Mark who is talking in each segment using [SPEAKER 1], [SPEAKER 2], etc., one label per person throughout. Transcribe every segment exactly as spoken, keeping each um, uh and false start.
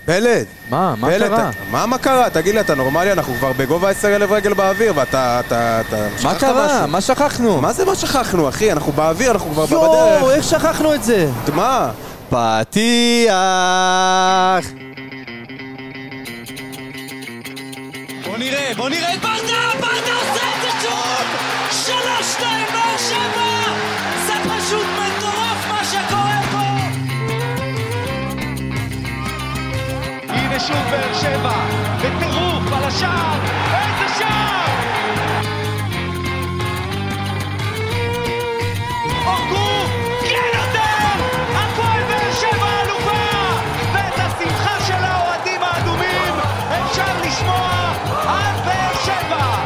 [SPEAKER 1] פלד.
[SPEAKER 2] מה? מה
[SPEAKER 1] פלד,
[SPEAKER 2] קרה?
[SPEAKER 1] מה מה קרה? תגיד לי, אתה נורמלי? אנחנו כבר בגובה עשרת אלפים רגל באוויר, ואתה... אתה, אתה,
[SPEAKER 2] מה קרה? מה שכחנו?
[SPEAKER 1] מה זה מה שכחנו, אחי? אנחנו באוויר, אנחנו כבר
[SPEAKER 2] יואו,
[SPEAKER 1] בדרך.
[SPEAKER 2] איך שכחנו את זה?
[SPEAKER 1] מה?
[SPEAKER 2] פתיח!
[SPEAKER 3] בוא נראה, בוא נראה את ברדה! ברדה עושה את זה שוב! שלוש שתיים באר שבע! זה פשוט מטורף מה שקורה פה! הנה שוב באר שבע, בטירוף על השער! איזה שער! אורגו! כן יותר! הפועל באר שבע אלופה! ואת השמחה של האוהדים האדומים אפשר לשמוע על באר שבע!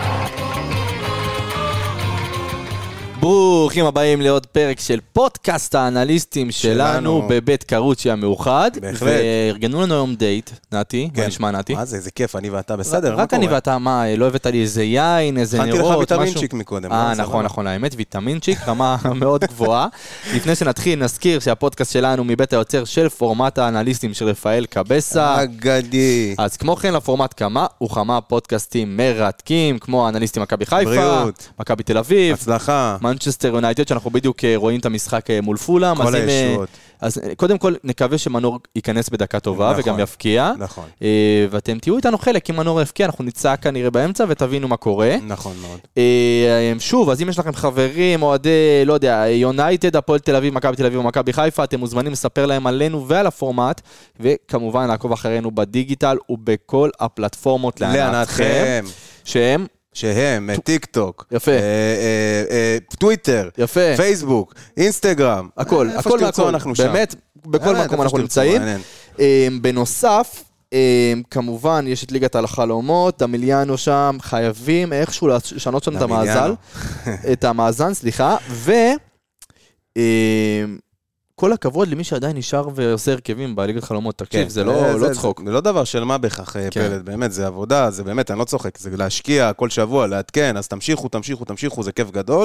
[SPEAKER 2] ברוכים הבאים לעוד פרק של פודקאסט האנליסטים שלנו,
[SPEAKER 1] שלנו.
[SPEAKER 2] בבית קרוצ'י המאוחד.
[SPEAKER 1] בהחלט.
[SPEAKER 2] וארגנו לנו היום דייט, נתי,
[SPEAKER 1] כן.
[SPEAKER 2] מה נשמע נתי?
[SPEAKER 1] מה זה, איזה כיף, אני ואתה בסדר?
[SPEAKER 2] רק אני ואתה, מה, לא הבאת לי איזה יין, איזה
[SPEAKER 1] הכנתי
[SPEAKER 2] נרות,
[SPEAKER 1] לך
[SPEAKER 2] משהו?
[SPEAKER 1] ויטמינצ'יק מקודם.
[SPEAKER 2] אה,
[SPEAKER 1] לא? זה
[SPEAKER 2] נכון,
[SPEAKER 1] לא.
[SPEAKER 2] נכון, האמת, ויטמינצ'יק, רמה מאוד גבוהה. לפני שנתחיל, נזכיר שהפודקאסט שלנו מבית היוצר של פורמט האנליסטים של רפאל קבסה.
[SPEAKER 1] אגדי.
[SPEAKER 2] אז כמו כן לפורמט כמה וכמה פודקאסטים מרתקים, כמו האנליסטים מכבי חיפה,
[SPEAKER 1] בריאות.
[SPEAKER 2] מכבי תל אביב,
[SPEAKER 1] הצלחה.
[SPEAKER 2] מנצ'סטר יונייטד, שאנחנו בדיוק אה, רואים את המשחק אה, מול פולאם.
[SPEAKER 1] כל
[SPEAKER 2] אז אם, אה,
[SPEAKER 1] הישועות.
[SPEAKER 2] אז אה, קודם כל נקווה שמנור ייכנס בדקה טובה
[SPEAKER 1] נכון.
[SPEAKER 2] וגם יפקיע.
[SPEAKER 1] נכון.
[SPEAKER 2] אה, ואתם תהיו איתנו חלק, אם מנור יפקיע, אנחנו נצעק כנראה באמצע ותבינו מה קורה.
[SPEAKER 1] נכון מאוד.
[SPEAKER 2] אה, שוב, אז אם יש לכם חברים, אוהדי, לא יודע, יונייטד, הפועל תל אביב, מכבי תל אביב או מכבי חיפה, אתם מוזמנים לספר להם עלינו ועל הפורמט, וכמובן לעקוב אחרינו בדיגיטל ובכל הפלטפורמות להנאתכם,
[SPEAKER 1] להנאתכם.
[SPEAKER 2] שהם,
[SPEAKER 1] שהם, טיק טוק.
[SPEAKER 2] יפה.
[SPEAKER 1] אה, אה, אה, טוויטר.
[SPEAKER 2] יפה.
[SPEAKER 1] פייסבוק. אינסטגרם.
[SPEAKER 2] הכל,
[SPEAKER 1] איפה
[SPEAKER 2] הכל
[SPEAKER 1] שתרצו
[SPEAKER 2] מהכל,
[SPEAKER 1] אנחנו שם.
[SPEAKER 2] באמת, בכל
[SPEAKER 1] באמת,
[SPEAKER 2] מקום
[SPEAKER 1] איפה
[SPEAKER 2] אנחנו
[SPEAKER 1] שתרצו,
[SPEAKER 2] נמצאים.
[SPEAKER 1] מעניין.
[SPEAKER 2] אה, בנוסף, אה, כמובן, יש את ליגת החלומות, דמיליאנו שם, חייבים איכשהו לשנות שם את המאזל, את המאזן, סליחה, ו... אה, כל הכבוד למי שעדיין נשאר ועושה הרכבים בליגת חלומות, תקשיב,
[SPEAKER 1] כן,
[SPEAKER 2] זה לא לא צחוק.
[SPEAKER 1] זה לא דבר של מה בכך, פלד, באמת, זה עבודה, זה באמת, אני לא צוחק, זה להשקיע כל שבוע, להתקן, אז תמשיכו, תמשיכו, תמשיכו, זה כיף גדול.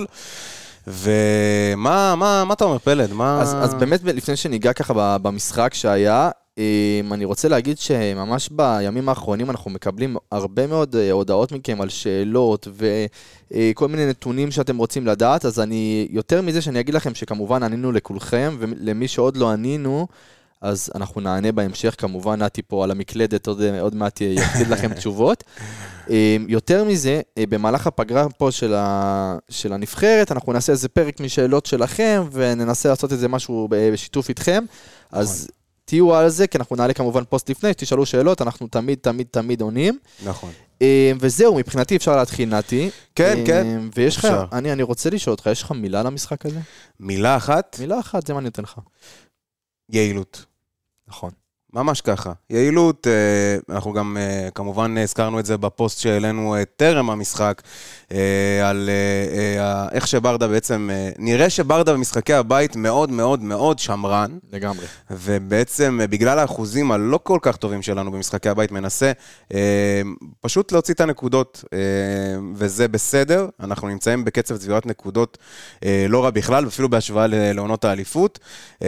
[SPEAKER 1] ומה, מה, מה אתה אומר, פלד? מה...
[SPEAKER 2] אז, אז באמת, לפני שניגע ככה במשחק שהיה, אני רוצה להגיד שממש בימים האחרונים אנחנו מקבלים הרבה מאוד הודעות מכם על שאלות וכל מיני נתונים שאתם רוצים לדעת, אז אני, יותר מזה שאני אגיד לכם שכמובן ענינו לכולכם, ולמי שעוד לא ענינו, אז אנחנו נענה בהמשך, כמובן נתי פה על המקלדת, עוד, עוד מעט יגיד לכם תשובות. יותר מזה, במהלך הפגרה פה של, ה, של הנבחרת, אנחנו נעשה איזה פרק משאלות שלכם, וננסה לעשות איזה משהו בשיתוף איתכם, אז תהיו על זה, כי אנחנו נעלה כמובן פוסט לפני, שתשאלו שאלות, אנחנו תמיד, תמיד, תמיד עונים.
[SPEAKER 1] נכון.
[SPEAKER 2] וזהו, מבחינתי אפשר להתחיל, נתי.
[SPEAKER 1] כן, כן.
[SPEAKER 2] ויש לך, אני, אני רוצה לשאול אותך, יש לך מילה למשחק הזה?
[SPEAKER 1] מילה אחת?
[SPEAKER 2] מילה אחת, זה מה אני נותן לך. יעילות. נכון.
[SPEAKER 1] ממש ככה. יעילות, אנחנו גם כמובן הזכרנו את זה בפוסט שהעלינו טרם המשחק, על איך שברדה בעצם, נראה שברדה במשחקי הבית מאוד מאוד מאוד שמרן.
[SPEAKER 2] לגמרי.
[SPEAKER 1] ובעצם בגלל האחוזים הלא כל כך טובים שלנו במשחקי הבית מנסה פשוט להוציא את הנקודות, וזה בסדר. אנחנו נמצאים בקצב צבירת נקודות לא רע בכלל, אפילו בהשוואה לעונות האליפות.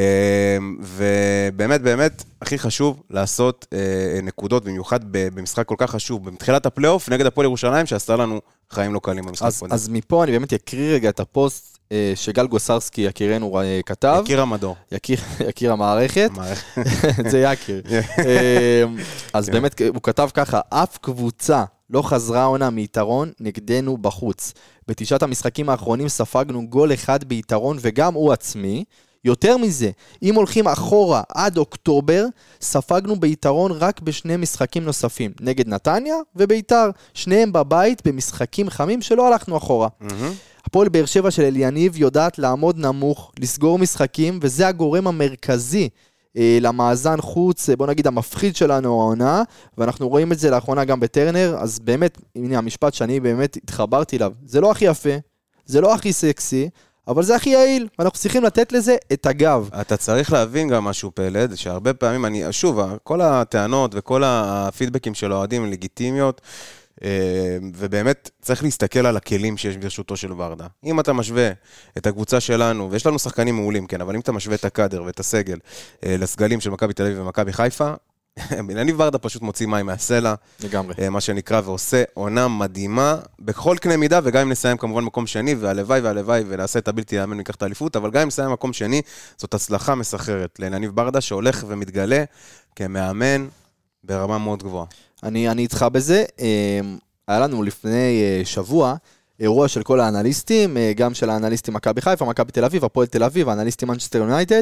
[SPEAKER 1] ובאמת באמת הכי חשוב לעשות אה, נקודות, במיוחד במשחק כל כך חשוב, בתחילת הפלייאוף, נגד הפועל ירושלים, שעשתה לנו חיים לא קלים במשחק.
[SPEAKER 2] אז, אז מפה אני באמת אקריא רגע את הפוסט אה, שגל גוסרסקי, יקירנו, אה, כתב.
[SPEAKER 1] יקיר המדור.
[SPEAKER 2] יקיר, יקיר המערכת. זה יקיר. אה, אז באמת הוא כתב ככה, אף קבוצה לא חזרה עונה מיתרון נגדנו בחוץ. בתשעת המשחקים האחרונים ספגנו גול אחד ביתרון, וגם הוא עצמי. יותר מזה, אם הולכים אחורה עד אוקטובר, ספגנו ביתרון רק בשני משחקים נוספים, נגד נתניה וביתר, שניהם בבית במשחקים חמים שלא הלכנו אחורה. Mm-hmm. הפועל באר שבע של אליניב יודעת לעמוד נמוך, לסגור משחקים, וזה הגורם המרכזי אה, למאזן חוץ, בוא נגיד המפחיד שלנו העונה, ואנחנו רואים את זה לאחרונה גם בטרנר, אז באמת, הנה המשפט שאני באמת התחברתי אליו, זה לא הכי יפה, זה לא הכי סקסי, אבל זה הכי יעיל, ואנחנו צריכים לתת לזה את הגב.
[SPEAKER 1] אתה צריך להבין גם משהו, פלד, שהרבה פעמים, אני, שוב, כל הטענות וכל הפידבקים של האוהדים הם לגיטימיות, ובאמת צריך להסתכל על הכלים שיש ברשותו של ורדה. אם אתה משווה את הקבוצה שלנו, ויש לנו שחקנים מעולים, כן, אבל אם אתה משווה את הקאדר ואת הסגל לסגלים של מכבי תל אביב ומכבי חיפה, יניב ברדה פשוט מוציא מים מהסלע,
[SPEAKER 2] לגמרי.
[SPEAKER 1] מה שנקרא, ועושה עונה מדהימה, בכל קנה מידה, וגם אם נסיים כמובן מקום שני, והלוואי והלוואי, ונעשה את הבלתי יאמן וניקח את האליפות, אבל גם אם נסיים מקום שני, זאת הצלחה מסחררת ליניב ברדה, שהולך ומתגלה כמאמן ברמה מאוד גבוהה.
[SPEAKER 2] אני, אני איתך בזה, היה לנו לפני שבוע, אירוע של כל האנליסטים, גם של האנליסטים מכבי חיפה, מכבי תל אביב, הפועל תל אביב, האנליסטים מנצ'סטר יונייטד,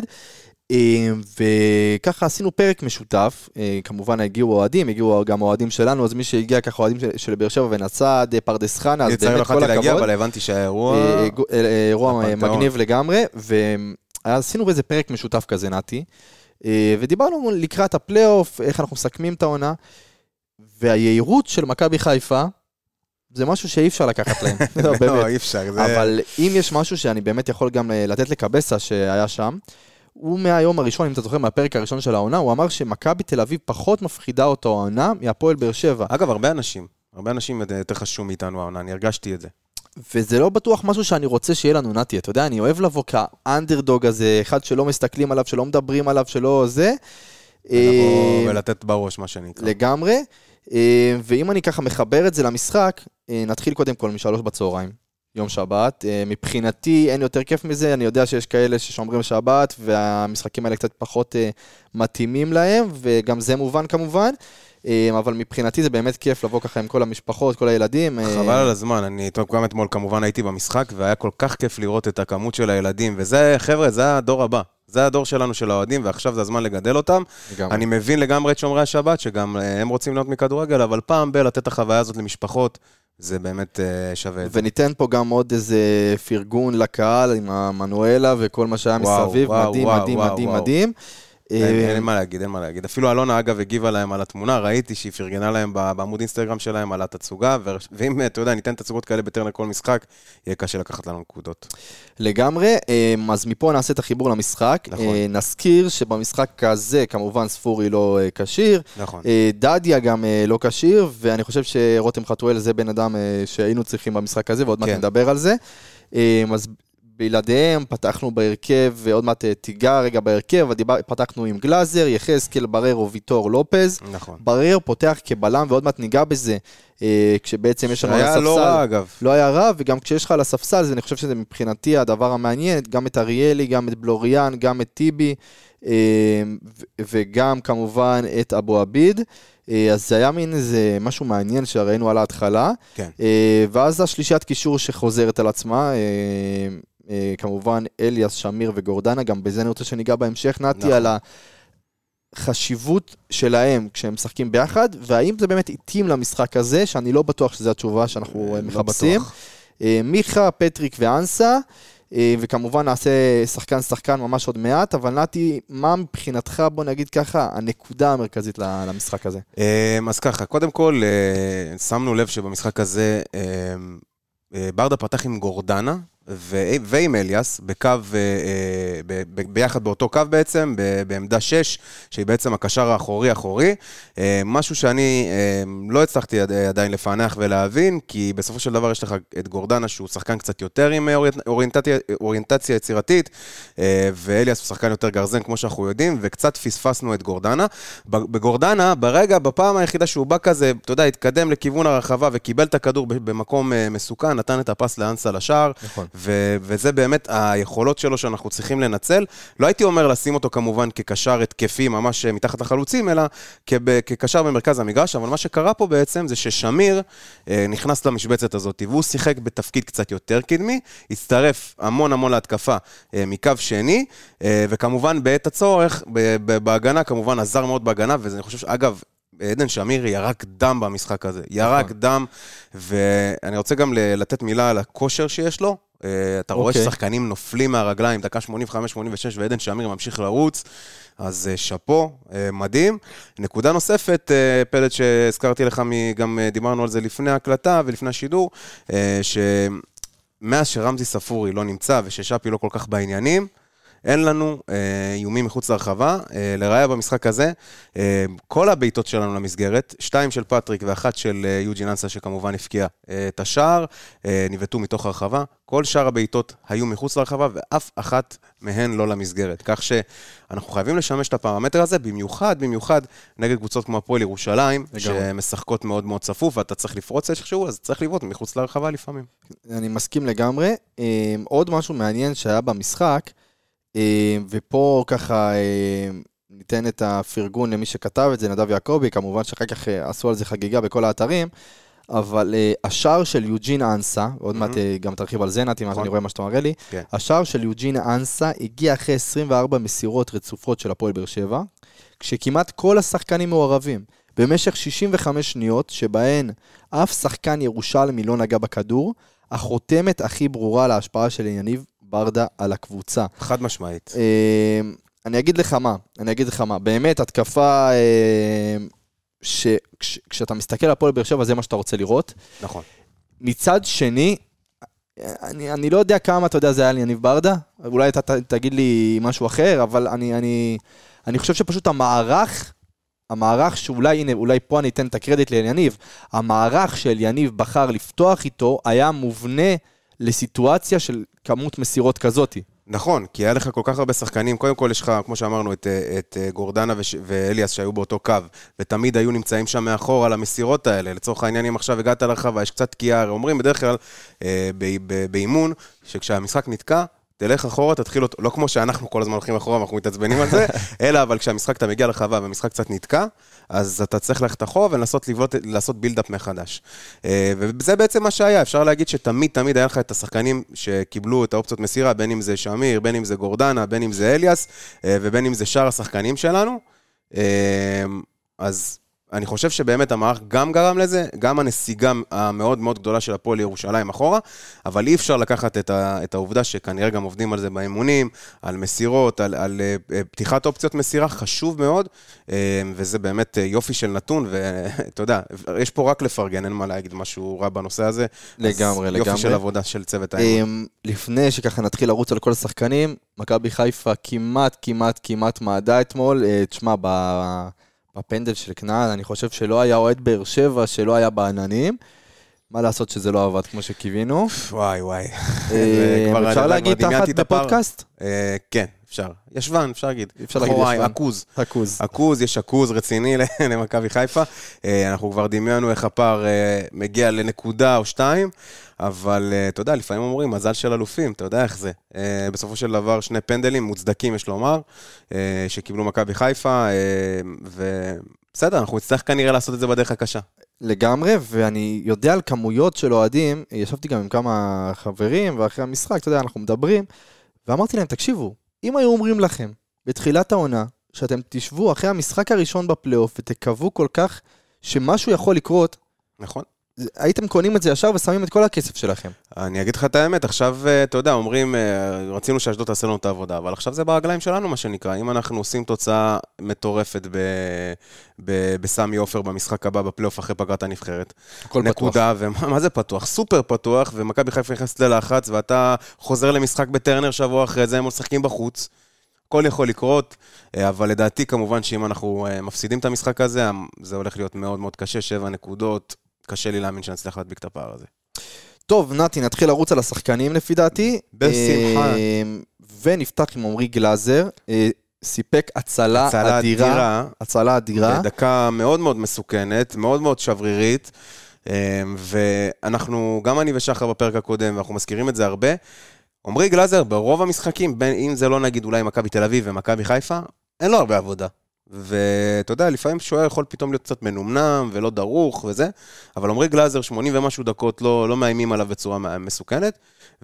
[SPEAKER 2] וככה עשינו פרק משותף, כמובן הגיעו אוהדים, הגיעו גם אוהדים שלנו, אז מי שהגיע ככה אוהדים של באר שבע ונצד, פרדס חנה, אז באמת כל הכבוד. להגיע,
[SPEAKER 1] אבל הבנתי שהאירוע...
[SPEAKER 2] אירוע מגניב לגמרי, ועשינו באיזה פרק משותף כזה, נתי, ודיברנו לקראת הפלייאוף, איך אנחנו מסכמים את העונה, והיעירות של מכבי חיפה, זה משהו שאי אפשר לקחת להם.
[SPEAKER 1] לא, אי אפשר.
[SPEAKER 2] אבל אם יש משהו שאני באמת יכול גם לתת לקבסה שהיה שם, הוא מהיום הראשון, אם אתה זוכר, מהפרק הראשון של העונה, הוא אמר שמכבי תל אביב פחות מפחידה אותו העונה מהפועל באר שבע.
[SPEAKER 1] אגב, הרבה אנשים, הרבה אנשים יותר חשוב מאיתנו העונה, אני הרגשתי את זה.
[SPEAKER 2] וזה לא בטוח משהו שאני רוצה שיהיה לנו, נתי, אתה יודע, אני אוהב לבוא כאנדרדוג הזה, אחד שלא מסתכלים עליו, שלא מדברים עליו, שלא זה.
[SPEAKER 1] ולתת בראש מה שנקרא.
[SPEAKER 2] לגמרי. ואם אני ככה מחבר את זה למשחק, נתחיל קודם כל משלוש בצהריים, יום שבת. מבחינתי אין יותר כיף מזה, אני יודע שיש כאלה ששומרים שבת, והמשחקים האלה קצת פחות מתאימים להם, וגם זה מובן כמובן, אבל מבחינתי זה באמת כיף לבוא ככה עם כל המשפחות, כל הילדים.
[SPEAKER 1] חבל על הזמן, אני גם אתמול כמובן הייתי במשחק, והיה כל כך כיף לראות את הכמות של הילדים, וזה, חבר'ה, זה הדור הבא. זה הדור שלנו של האוהדים, ועכשיו זה הזמן לגדל אותם. לגמרי. אני מבין לגמרי את שומרי השבת, שגם הם רוצים להיות מכדורגל, אבל פעם ב- לתת את החוויה הזאת למשפחות, זה באמת שווה את זה.
[SPEAKER 2] וניתן פה גם עוד איזה פרגון לקהל עם המנואלה וכל מה שהיה וואו, מסביב, וואו, מדהים, וואו, מדהים, וואו, מדהים, וואו. מדהים.
[SPEAKER 1] אין, אין מה להגיד, אין מה להגיד. אפילו אלונה, אגב, הגיבה להם על התמונה, ראיתי שהיא פרגנה להם בעמוד אינסטגרם שלהם על התצוגה, ואם, אתה יודע, ניתן תצוגות כאלה ביותר לכל משחק, יהיה קשה לקחת לנו נקודות.
[SPEAKER 2] לגמרי, אז מפה נעשה את החיבור למשחק. נכון. נזכיר שבמשחק הזה, כמובן, ספורי לא קשיר. נכון. דדיה גם לא קשיר, ואני חושב שרותם חתואל זה בן אדם שהיינו צריכים במשחק הזה, ועוד מעט נדבר על זה. אז בלעדיהם פתחנו בהרכב, ועוד מעט תיגע רגע בהרכב, פתחנו עם גלאזר, יחזקאל, בררו, ויטור, לופז. נכון. ברר פותח כבלם, ועוד מעט ניגע בזה, כשבעצם יש לנו על הספסל.
[SPEAKER 1] היה לא רע, אגב.
[SPEAKER 2] לא היה רע, וגם כשיש לך על הספסל, אני חושב שזה מבחינתי הדבר המעניין, גם את אריאלי, גם את בלוריאן, גם את טיבי, וגם כמובן את אבו עביד. אז זה היה מין איזה משהו מעניין שראינו על ההתחלה. כן. ואז השלישיית קישור שחוזרת על עצמה, כמובן אליאס, שמיר וגורדנה, גם בזה אני רוצה שניגע בהמשך, נתי, על החשיבות שלהם כשהם משחקים ביחד, והאם זה באמת איטים למשחק הזה, שאני לא בטוח שזו התשובה שאנחנו מחפשים. מיכה, פטריק ואנסה, וכמובן נעשה שחקן שחקן ממש עוד מעט, אבל נתי, מה מבחינתך, בוא נגיד ככה, הנקודה המרכזית למשחק הזה?
[SPEAKER 1] אז ככה, קודם כל, שמנו לב שבמשחק הזה, ברדה פתח עם גורדנה, ועם אליאס, בקו, ביחד באותו קו בעצם, בעמדה שש, שהיא בעצם הקשר האחורי-אחורי, משהו שאני לא הצלחתי עדיין לפענח ולהבין, כי בסופו של דבר יש לך את גורדנה, שהוא שחקן קצת יותר עם אוריינטציה, אוריינטציה יצירתית, ואליאס הוא שחקן יותר גרזן, כמו שאנחנו יודעים, וקצת פספסנו את גורדנה. בגורדנה, ברגע, בפעם היחידה שהוא בא כזה, אתה יודע, התקדם לכיוון הרחבה, וקיבל את הכדור במקום מסוכן, נתן את הפס לאנסה לשער, נכון. ו- וזה באמת היכולות שלו שאנחנו צריכים לנצל. לא הייתי אומר לשים אותו כמובן כקשר התקפי ממש מתחת לחלוצים, אלא כב- כקשר במרכז המגרש, אבל מה שקרה פה בעצם זה ששמיר אה, נכנס למשבצת הזאת, והוא שיחק בתפקיד קצת יותר קדמי, הצטרף המון המון להתקפה אה, מקו שני, אה, וכמובן בעת הצורך, ב- ב- בהגנה, כמובן עזר מאוד בהגנה, ואני חושב שאגב, עדן שמיר ירק דם במשחק הזה, ירק דם, ואני רוצה גם לתת מילה על הכושר שיש לו, אתה רואה ששחקנים נופלים מהרגליים, דקה שמונים וחמש שמונים ושש, ועדן שמיר ממשיך לרוץ, אז שפו, מדהים. נקודה נוספת, פלט שהזכרתי לך, גם דיברנו על זה לפני ההקלטה ולפני השידור, שמאז שרמזי ספורי לא נמצא, וששפי לא כל כך בעניינים, אין לנו איומים מחוץ לרחבה. לראיה במשחק הזה, כל הבעיטות שלנו למסגרת, שתיים של פטריק ואחת של יוג'ין אנסה, שכמובן הפקיע את השער, ניבטו מתוך הרחבה. כל שאר הבעיטות היו מחוץ לרחבה, ואף אחת מהן לא למסגרת. כך שאנחנו חייבים לשמש את הפרמטר הזה, במיוחד, במיוחד, נגד קבוצות כמו הפועל ירושלים, שמשחקות מאוד מאוד צפוף, ואתה צריך לפרוץ איכשהו, אז צריך לבעוט מחוץ לרחבה לפעמים.
[SPEAKER 2] אני מסכים לגמרי. עוד משהו מעניין שהיה במשחק, ופה ככה ניתן את הפרגון למי שכתב את זה, נדב יעקבי, כמובן שאחר כך עשו על זה חגיגה בכל האתרים, אבל uh, השער של יוג'ין אנסה, ועוד מעט mm-hmm. גם תרחיב על זה, נתי, מה שאני רואה מה שאתה מראה לי, okay. השער של יוג'ין אנסה הגיע אחרי עשרים וארבע מסירות רצופות של הפועל באר שבע, כשכמעט כל השחקנים מעורבים, במשך שישים וחמש שניות, שבהן אף שחקן ירושלמי לא נגע בכדור, החותמת הכי ברורה להשפעה של יניב ברדה על הקבוצה.
[SPEAKER 1] חד משמעית. Uh,
[SPEAKER 2] אני אגיד לך מה, אני אגיד לך מה, באמת התקפה... Uh, שכשאתה מסתכל על הפועל באר שבע, זה מה שאתה רוצה לראות.
[SPEAKER 1] נכון.
[SPEAKER 2] מצד שני, אני, אני לא יודע כמה, אתה יודע, זה היה לי יניב ברדה, אולי אתה ת, תגיד לי משהו אחר, אבל אני, אני, אני חושב שפשוט המערך, המערך שאולי, הנה, אולי פה אני אתן את הקרדיט ליניב, המערך של יניב בחר לפתוח איתו, היה מובנה לסיטואציה של כמות מסירות כזאת.
[SPEAKER 1] נכון, כי היה לך כל כך הרבה שחקנים, קודם כל יש לך, כמו שאמרנו, את, את גורדנה ואליאס שהיו באותו קו, ותמיד היו נמצאים שם מאחור על המסירות האלה, לצורך העניין, אם עכשיו הגעת לרחבה, יש קצת תקיעה, אומרים בדרך כלל באימון, שכשהמשחק נתקע, תלך אחורה, תתחיל אותו, לא כמו שאנחנו כל הזמן הולכים אחורה, ואנחנו מתעצבנים על זה, אלא אבל כשהמשחק אתה מגיע לרחבה, והמשחק קצת נתקע, אז אתה צריך ללכת אחורה ולנסות לבלוט, לעשות בילדאפ מחדש. וזה בעצם מה שהיה, אפשר להגיד שתמיד, תמיד היה לך את השחקנים שקיבלו את האופציות מסירה, בין אם זה שמיר, בין אם זה גורדנה, בין אם זה אליאס, ובין אם זה שאר השחקנים שלנו. אז אני חושב שבאמת המערך גם גרם לזה, גם הנסיגה המאוד מאוד גדולה של הפועל ירושלים אחורה, אבל אי אפשר לקחת את, ה, את העובדה שכנראה גם עובדים על זה באימונים, על מסירות, על, על פתיחת אופציות מסירה, חשוב מאוד, וזה באמת יופי של נתון, ואתה יודע, יש פה רק לפרגן, אין מה להגיד משהו רע בנושא הזה.
[SPEAKER 2] לגמרי, לגמרי.
[SPEAKER 1] יופי של עבודה של צוות האימון.
[SPEAKER 2] לפני שככה נתחיל לרוץ על כל השחקנים, מכבי חיפה כמעט, כמעט, כמעט מעדה אתמול, תשמע, ב... בפנדל של כנען, אני חושב שלא היה אוהד באר שבע, שלא היה בעננים. מה לעשות שזה לא עבד כמו שקיווינו?
[SPEAKER 1] וואי וואי.
[SPEAKER 2] אפשר להגיד תחת בפודקאסט?
[SPEAKER 1] כן, אפשר. ישבן, אפשר להגיד.
[SPEAKER 2] אפשר להגיד ישבן.
[SPEAKER 1] עקוז.
[SPEAKER 2] עקוז.
[SPEAKER 1] עקוז, יש עקוז רציני למכבי חיפה. אנחנו כבר דמיינו איך הפער מגיע לנקודה או שתיים, אבל אתה יודע, לפעמים אומרים, מזל של אלופים, אתה יודע איך זה. בסופו של דבר, שני פנדלים מוצדקים, יש לומר, שקיבלו מכבי חיפה, ובסדר, אנחנו נצטרך כנראה לעשות את זה בדרך הקשה.
[SPEAKER 2] לגמרי, ואני יודע על כמויות של אוהדים, ישבתי גם עם כמה חברים, ואחרי המשחק, אתה יודע, אנחנו מדברים, ואמרתי להם, תקשיבו, אם היו אומרים לכם, בתחילת העונה, שאתם תשבו אחרי המשחק הראשון בפלייאוף, ותקוו כל כך שמשהו יכול לקרות,
[SPEAKER 1] נכון.
[SPEAKER 2] הייתם קונים את זה ישר ושמים את כל הכסף שלכם.
[SPEAKER 1] אני אגיד לך את האמת, עכשיו, אתה יודע, אומרים, רצינו שאשדוד תעשה לנו את העבודה, אבל עכשיו זה ברגליים שלנו, מה שנקרא. אם אנחנו עושים תוצאה מטורפת בסמי עופר במשחק הבא בפלייאוף אחרי פגרת הנבחרת.
[SPEAKER 2] הכל
[SPEAKER 1] נקודה, ומה זה פתוח? סופר פתוח, ומכבי חיפה נכנסת ללחץ, ואתה חוזר למשחק בטרנר שבוע אחרי זה, הם משחקים בחוץ. הכל יכול לקרות, אבל לדעתי כמובן שאם אנחנו מפסידים את המשחק הזה, זה הולך להיות מאוד מאוד קשה, שבע נקודות. קשה לי להאמין שנצליח להדביק את הפער הזה.
[SPEAKER 2] טוב, נתי, נתחיל לרוץ על השחקנים לפי דעתי.
[SPEAKER 1] בשמחה.
[SPEAKER 2] ונפתח עם עמרי גלאזר, סיפק הצלה אדירה. הצלה אדירה.
[SPEAKER 1] דקה מאוד מאוד מסוכנת, מאוד מאוד שברירית, ואנחנו, גם אני ושחר בפרק הקודם, ואנחנו מזכירים את זה הרבה, עמרי גלאזר ברוב המשחקים, אם זה לא נגיד אולי מכבי תל אביב ומכבי חיפה, אין לו הרבה עבודה. ואתה יודע, לפעמים שוער יכול פתאום להיות קצת מנומנם ולא דרוך וזה, אבל עמרי גלאזר שמונים ומשהו דקות לא, לא מאיימים עליו בצורה מסוכנת,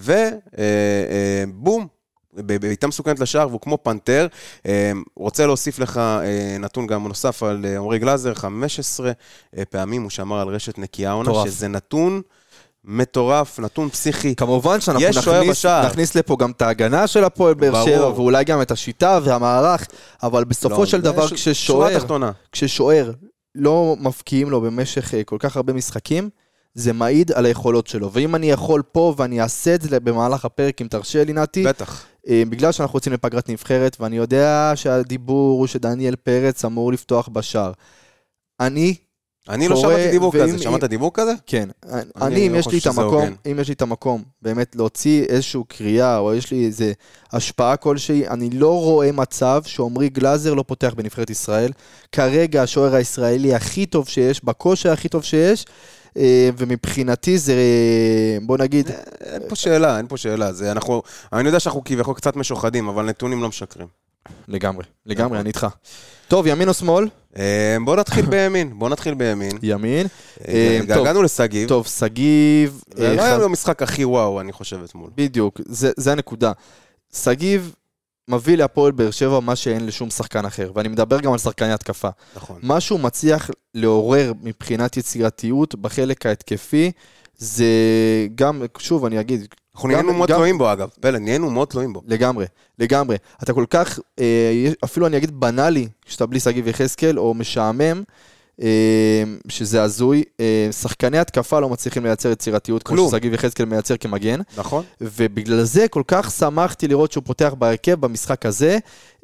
[SPEAKER 1] ובום, בעיטה מסוכנת לשער, והוא כמו פנתר. רוצה להוסיף לך נתון גם נוסף על עמרי גלאזר, חמש עשרה פעמים הוא שמר על רשת נקייה עונה, שזה נתון מטורף, נתון פסיכי.
[SPEAKER 2] כמובן שאנחנו נכניס, נכניס לפה גם את ההגנה של הפועל באר שבע, ואולי גם את השיטה והמערך, אבל בסופו לא, של דבר ש... כששוער, כששוער לא מפקיעים לו במשך כל כך הרבה משחקים, זה מעיד על היכולות שלו, ואם אני יכול פה ואני אעשה את זה במהלך הפרק, אם תרשה לי נתי,
[SPEAKER 1] בטח.
[SPEAKER 2] בגלל שאנחנו רוצים לפגרת נבחרת, ואני יודע שהדיבור הוא שדניאל פרץ אמור לפתוח בשער. אני
[SPEAKER 1] אני לא שמעתי דיבור כזה, שמעת דיבור כזה?
[SPEAKER 2] כן, אני אם יש לי את המקום, אם יש לי את המקום, באמת להוציא איזשהו קריאה, או יש לי איזו השפעה כלשהי, אני לא רואה מצב שעומרי גלאזר לא פותח בנבחרת ישראל, כרגע השוער הישראלי הכי טוב שיש, בכושר הכי טוב שיש, ומבחינתי זה, בוא נגיד...
[SPEAKER 1] אין פה שאלה, אין פה שאלה, זה אנחנו, אני יודע שאנחנו כביכול קצת משוחדים, אבל נתונים לא משקרים.
[SPEAKER 2] לגמרי, לגמרי, אני איתך. טוב, ימין או שמאל?
[SPEAKER 1] בוא נתחיל בימין, בוא נתחיל בימין.
[SPEAKER 2] ימין.
[SPEAKER 1] הגענו לסגיב.
[SPEAKER 2] טוב, סגיב...
[SPEAKER 1] לא היה לו משחק הכי וואו, אני חושב אתמול.
[SPEAKER 2] בדיוק, זה הנקודה. סגיב מביא להפועל באר שבע מה שאין לשום שחקן אחר, ואני מדבר גם על שחקני התקפה.
[SPEAKER 1] נכון.
[SPEAKER 2] מה שהוא מצליח לעורר מבחינת יצירתיות בחלק ההתקפי, זה גם, שוב אני אגיד,
[SPEAKER 1] אנחנו נהיינו מאוד תלויים בו אגב, פלא, נהיינו מאוד תלויים בו.
[SPEAKER 2] לגמרי, לגמרי. אתה כל כך, אפילו אני אגיד בנאלי, שאתה בלי סגיב יחזקאל, או משעמם, שזה הזוי, שחקני התקפה לא מצליחים לייצר יצירתיות, כמו שסגיב יחזקאל מייצר כמגן.
[SPEAKER 1] נכון.
[SPEAKER 2] ובגלל זה כל כך שמחתי לראות שהוא פותח בהרכב במשחק הזה,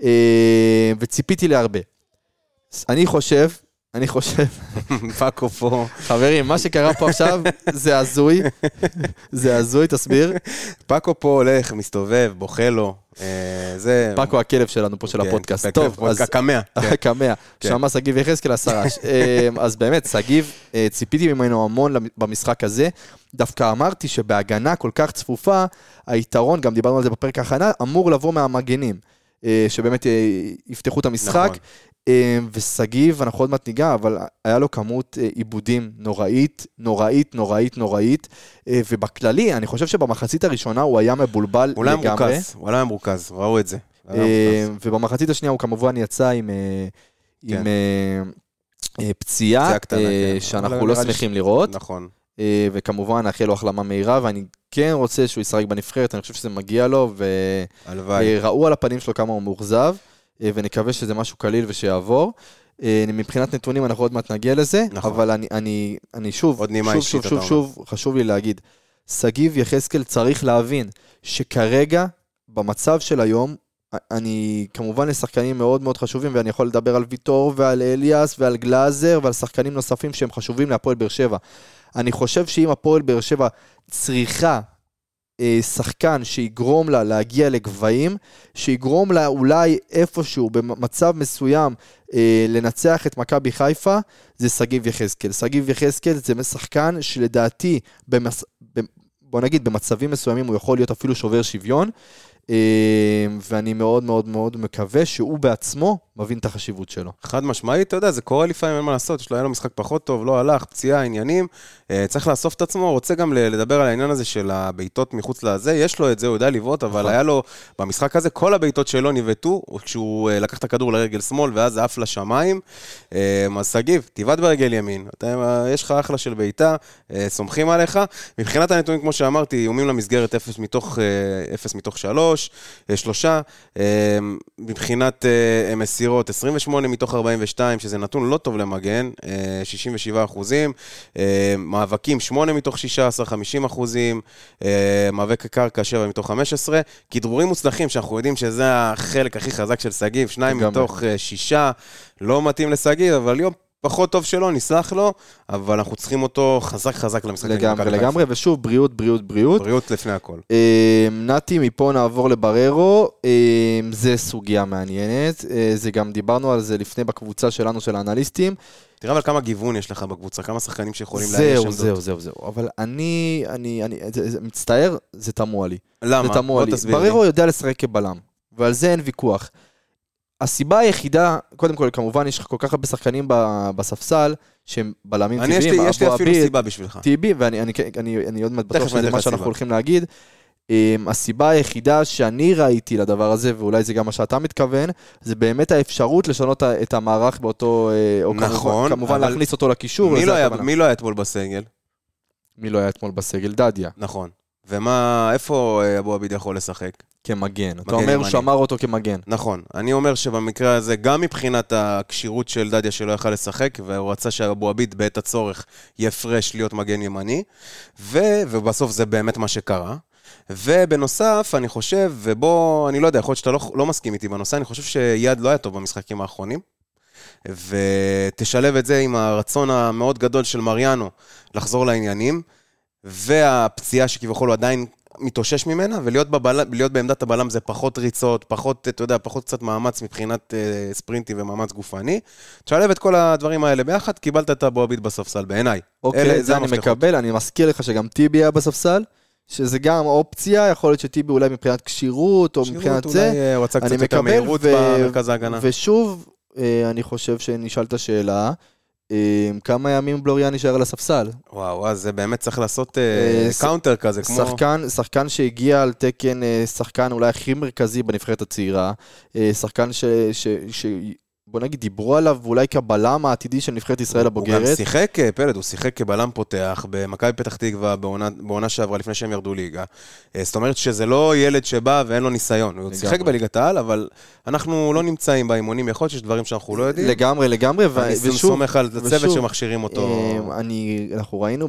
[SPEAKER 2] וציפיתי להרבה. אני חושב... אני חושב...
[SPEAKER 1] פאקו פה.
[SPEAKER 2] חברים, מה שקרה פה עכשיו זה הזוי. זה הזוי, תסביר.
[SPEAKER 1] פאקו פה הולך, מסתובב, בוכה לו. זה...
[SPEAKER 2] פאקו הכלב שלנו פה של הפודקאסט. טוב, אז...
[SPEAKER 1] הקמע.
[SPEAKER 2] הקמע. שמה סגיב יחזקאל הסרש. אז באמת, סגיב, ציפיתי ממנו המון במשחק הזה. דווקא אמרתי שבהגנה כל כך צפופה, היתרון, גם דיברנו על זה בפרק ההכנה, אמור לבוא מהמגנים. שבאמת יפתחו את המשחק. וסגיב, אנחנו עוד מעט ניגע, אבל היה לו כמות עיבודים נוראית, נוראית, נוראית, נוראית, ובכללי, אני חושב שבמחצית הראשונה הוא היה מבולבל לגמרי.
[SPEAKER 1] הוא היה מרוכז, ראו את זה.
[SPEAKER 2] ובמחצית השנייה הוא כמובן יצא עם פציעה, שאנחנו לא שמחים לראות.
[SPEAKER 1] נכון.
[SPEAKER 2] וכמובן, נאחל לו החלמה מהירה, ואני כן רוצה שהוא ישחק בנבחרת, אני חושב שזה מגיע לו, וראו על הפנים שלו כמה הוא מאוכזב. ונקווה שזה משהו קליל ושיעבור. מבחינת נתונים אנחנו עוד מעט נגיע לזה, נכון. אבל אני, אני, אני שוב, שוב, שוב, שוב, שוב, חשוב לי להגיד, סגיב יחזקאל צריך להבין שכרגע, במצב של היום, אני כמובן לשחקנים מאוד מאוד חשובים, ואני יכול לדבר על ויטור ועל אליאס ועל גלאזר ועל שחקנים נוספים שהם חשובים להפועל באר שבע. אני חושב שאם הפועל באר שבע צריכה שחקן שיגרום לה להגיע לגבהים, שיגרום לה אולי איפשהו במצב מסוים לנצח את מכבי חיפה, זה סגיב יחזקאל. סגיב יחזקאל זה שחקן שלדעתי, במס... בוא נגיד, במצבים מסוימים הוא יכול להיות אפילו שובר שוויון, ואני מאוד מאוד מאוד מקווה שהוא בעצמו מבין את החשיבות שלו.
[SPEAKER 1] חד משמעית, אתה יודע, זה קורה לפעמים, אין מה לעשות, יש לו היה לו משחק פחות טוב, לא הלך, פציעה, עניינים, צריך לאסוף את עצמו, רוצה גם לדבר על העניין הזה של הביתות מחוץ לזה, יש לו את זה, הוא יודע לבעוט, אבל היה לו במשחק הזה, כל הביתות שלו ניבטו, כשהוא לקח את הכדור לרגל שמאל, ואז זה עף לשמיים, אז סגיב, תיבד ברגל ימין, יש לך אחלה של ביתה, סומכים עליך, מבחינת הנתונים, כמו שאמרתי, איומים למסגרת אפס מתוך שלוש, שלושה, מבחינת מסירות, עשרים ושמונה מתוך ארבעים ושתיים, שזה נתון לא טוב למגן, שישים ושבעה אחוזים, מאבקים שמונה מתוך שישה עשר, חמישים אחוזים, מאבק הקרקע שבע מתוך חמש עשרה, כדרורים מוצלחים שאנחנו יודעים שזה החלק הכי חזק של סגיב, שניים מתוך שישה, לא מתאים לסגיב, אבל יום פחות טוב שלו, נסלח לו, אבל אנחנו צריכים אותו חזק חזק למשחק.
[SPEAKER 2] לגמרי, לגמרי, ושוב, בריאות, בריאות, בריאות.
[SPEAKER 1] בריאות לפני הכל.
[SPEAKER 2] נתי, מפה נעבור לבררו, זה סוגיה מעניינת, זה גם דיברנו על זה לפני בקבוצה שלנו של האנליסטים.
[SPEAKER 1] תראה אבל כמה גיוון יש לך בקבוצה, כמה שחקנים שיכולים להעיש עמדות.
[SPEAKER 2] זהו, זהו, זהו, זהו, אבל אני, אני, אני, מצטער, זה תמוה לי.
[SPEAKER 1] למה?
[SPEAKER 2] בוא תסביר לי. בררו יודע לשחק כבלם, ועל זה אין ויכוח. הסיבה היחידה, קודם כל, כמובן, יש כל כך הרבה שחקנים בספסל, שהם בלמים טבעיים.
[SPEAKER 1] יש לי אפילו סיבה בשבילך.
[SPEAKER 2] טיבי, ואני עוד מעט בטוח שזה מה שאנחנו הולכים להגיד. הסיבה היחידה שאני ראיתי לדבר הזה, ואולי זה גם מה שאתה מתכוון, זה באמת האפשרות לשנות את המערך באותו, או
[SPEAKER 1] נכון,
[SPEAKER 2] כמובן להכניס אותו לקישור.
[SPEAKER 1] מי לא היה אתמול בסגל?
[SPEAKER 2] מי לא היה אתמול בסגל? דדיה.
[SPEAKER 1] נכון. ומה, איפה אבו עביד יכול לשחק?
[SPEAKER 2] כמגן. אתה אומר, הוא שמר אותו כמגן.
[SPEAKER 1] נכון. אני אומר שבמקרה הזה, גם מבחינת הקשירות של דדיה שלא יכל לשחק, והוא רצה שאבו עביד בעת הצורך יפרש להיות מגן ימני, ובסוף זה באמת מה שקרה. ובנוסף, אני חושב, ובוא, אני לא יודע, יכול להיות שאתה לא, לא מסכים איתי בנושא, אני חושב שיד לא היה טוב במשחקים האחרונים, ותשלב את זה עם הרצון המאוד גדול של מריאנו לחזור לעניינים, והפציעה שכביכול הוא עדיין מתאושש ממנה, ולהיות בבלם, להיות בעמדת הבלם זה פחות ריצות, פחות, אתה יודע, פחות קצת מאמץ מבחינת אה, ספרינטי ומאמץ גופני. תשלב את כל הדברים האלה ביחד, קיבלת את אבו עביד בספסל, בעיניי.
[SPEAKER 2] אוקיי, אלה, זה אני המפתחות. מקבל, אני מזכיר לך שגם טיבי היה בספסל, שזה גם אופציה, יכול להיות שטיבי אולי מבחינת קשירות, או מבחינת זה.
[SPEAKER 1] אולי הוא רצה קצת יותר מהירות במרכז ההגנה.
[SPEAKER 2] ושוב, אני חושב שנשאלת שאלה, כמה ימים בלוריאן נשאר על הספסל.
[SPEAKER 1] וואו, אז זה באמת צריך לעשות קאונטר כזה, כמו...
[SPEAKER 2] שחקן שהגיע על תקן, שחקן אולי הכי מרכזי בנבחרת הצעירה, שחקן ש... בוא נגיד, דיברו עליו אולי כבלם העתידי של נבחרת ישראל הבוגרת.
[SPEAKER 1] הוא גם שיחק, פלד, הוא שיחק כבלם פותח במכבי פתח תקווה בעונה, בעונה שעברה לפני שהם ירדו ליגה. זאת אומרת שזה לא ילד שבא ואין לו ניסיון. הוא שיחק בליגת העל, אבל אנחנו לא נמצאים באימונים. יכול להיות שיש דברים שאנחנו לא יודעים.
[SPEAKER 2] לגמרי, לגמרי.
[SPEAKER 1] אני סומך על הצוות שמכשירים אותו.
[SPEAKER 2] אני, אנחנו ראינו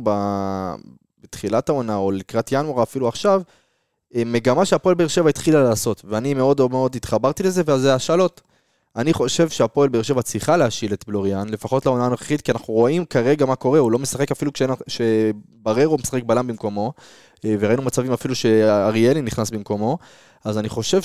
[SPEAKER 2] בתחילת העונה, או לקראת ינואר אפילו עכשיו, מגמה שהפועל באר שבע התחילה לעשות. ואני מאוד מאוד התחברתי לזה, וזה השאלות. אני חושב שהפועל באר שבע צריכה להשיל את בלוריאן, לפחות לעונה הנוכחית, כי אנחנו רואים כרגע מה קורה, הוא לא משחק אפילו כשבררו משחק בלם במקומו, וראינו מצבים אפילו שאריאלי נכנס במקומו, אז אני חושב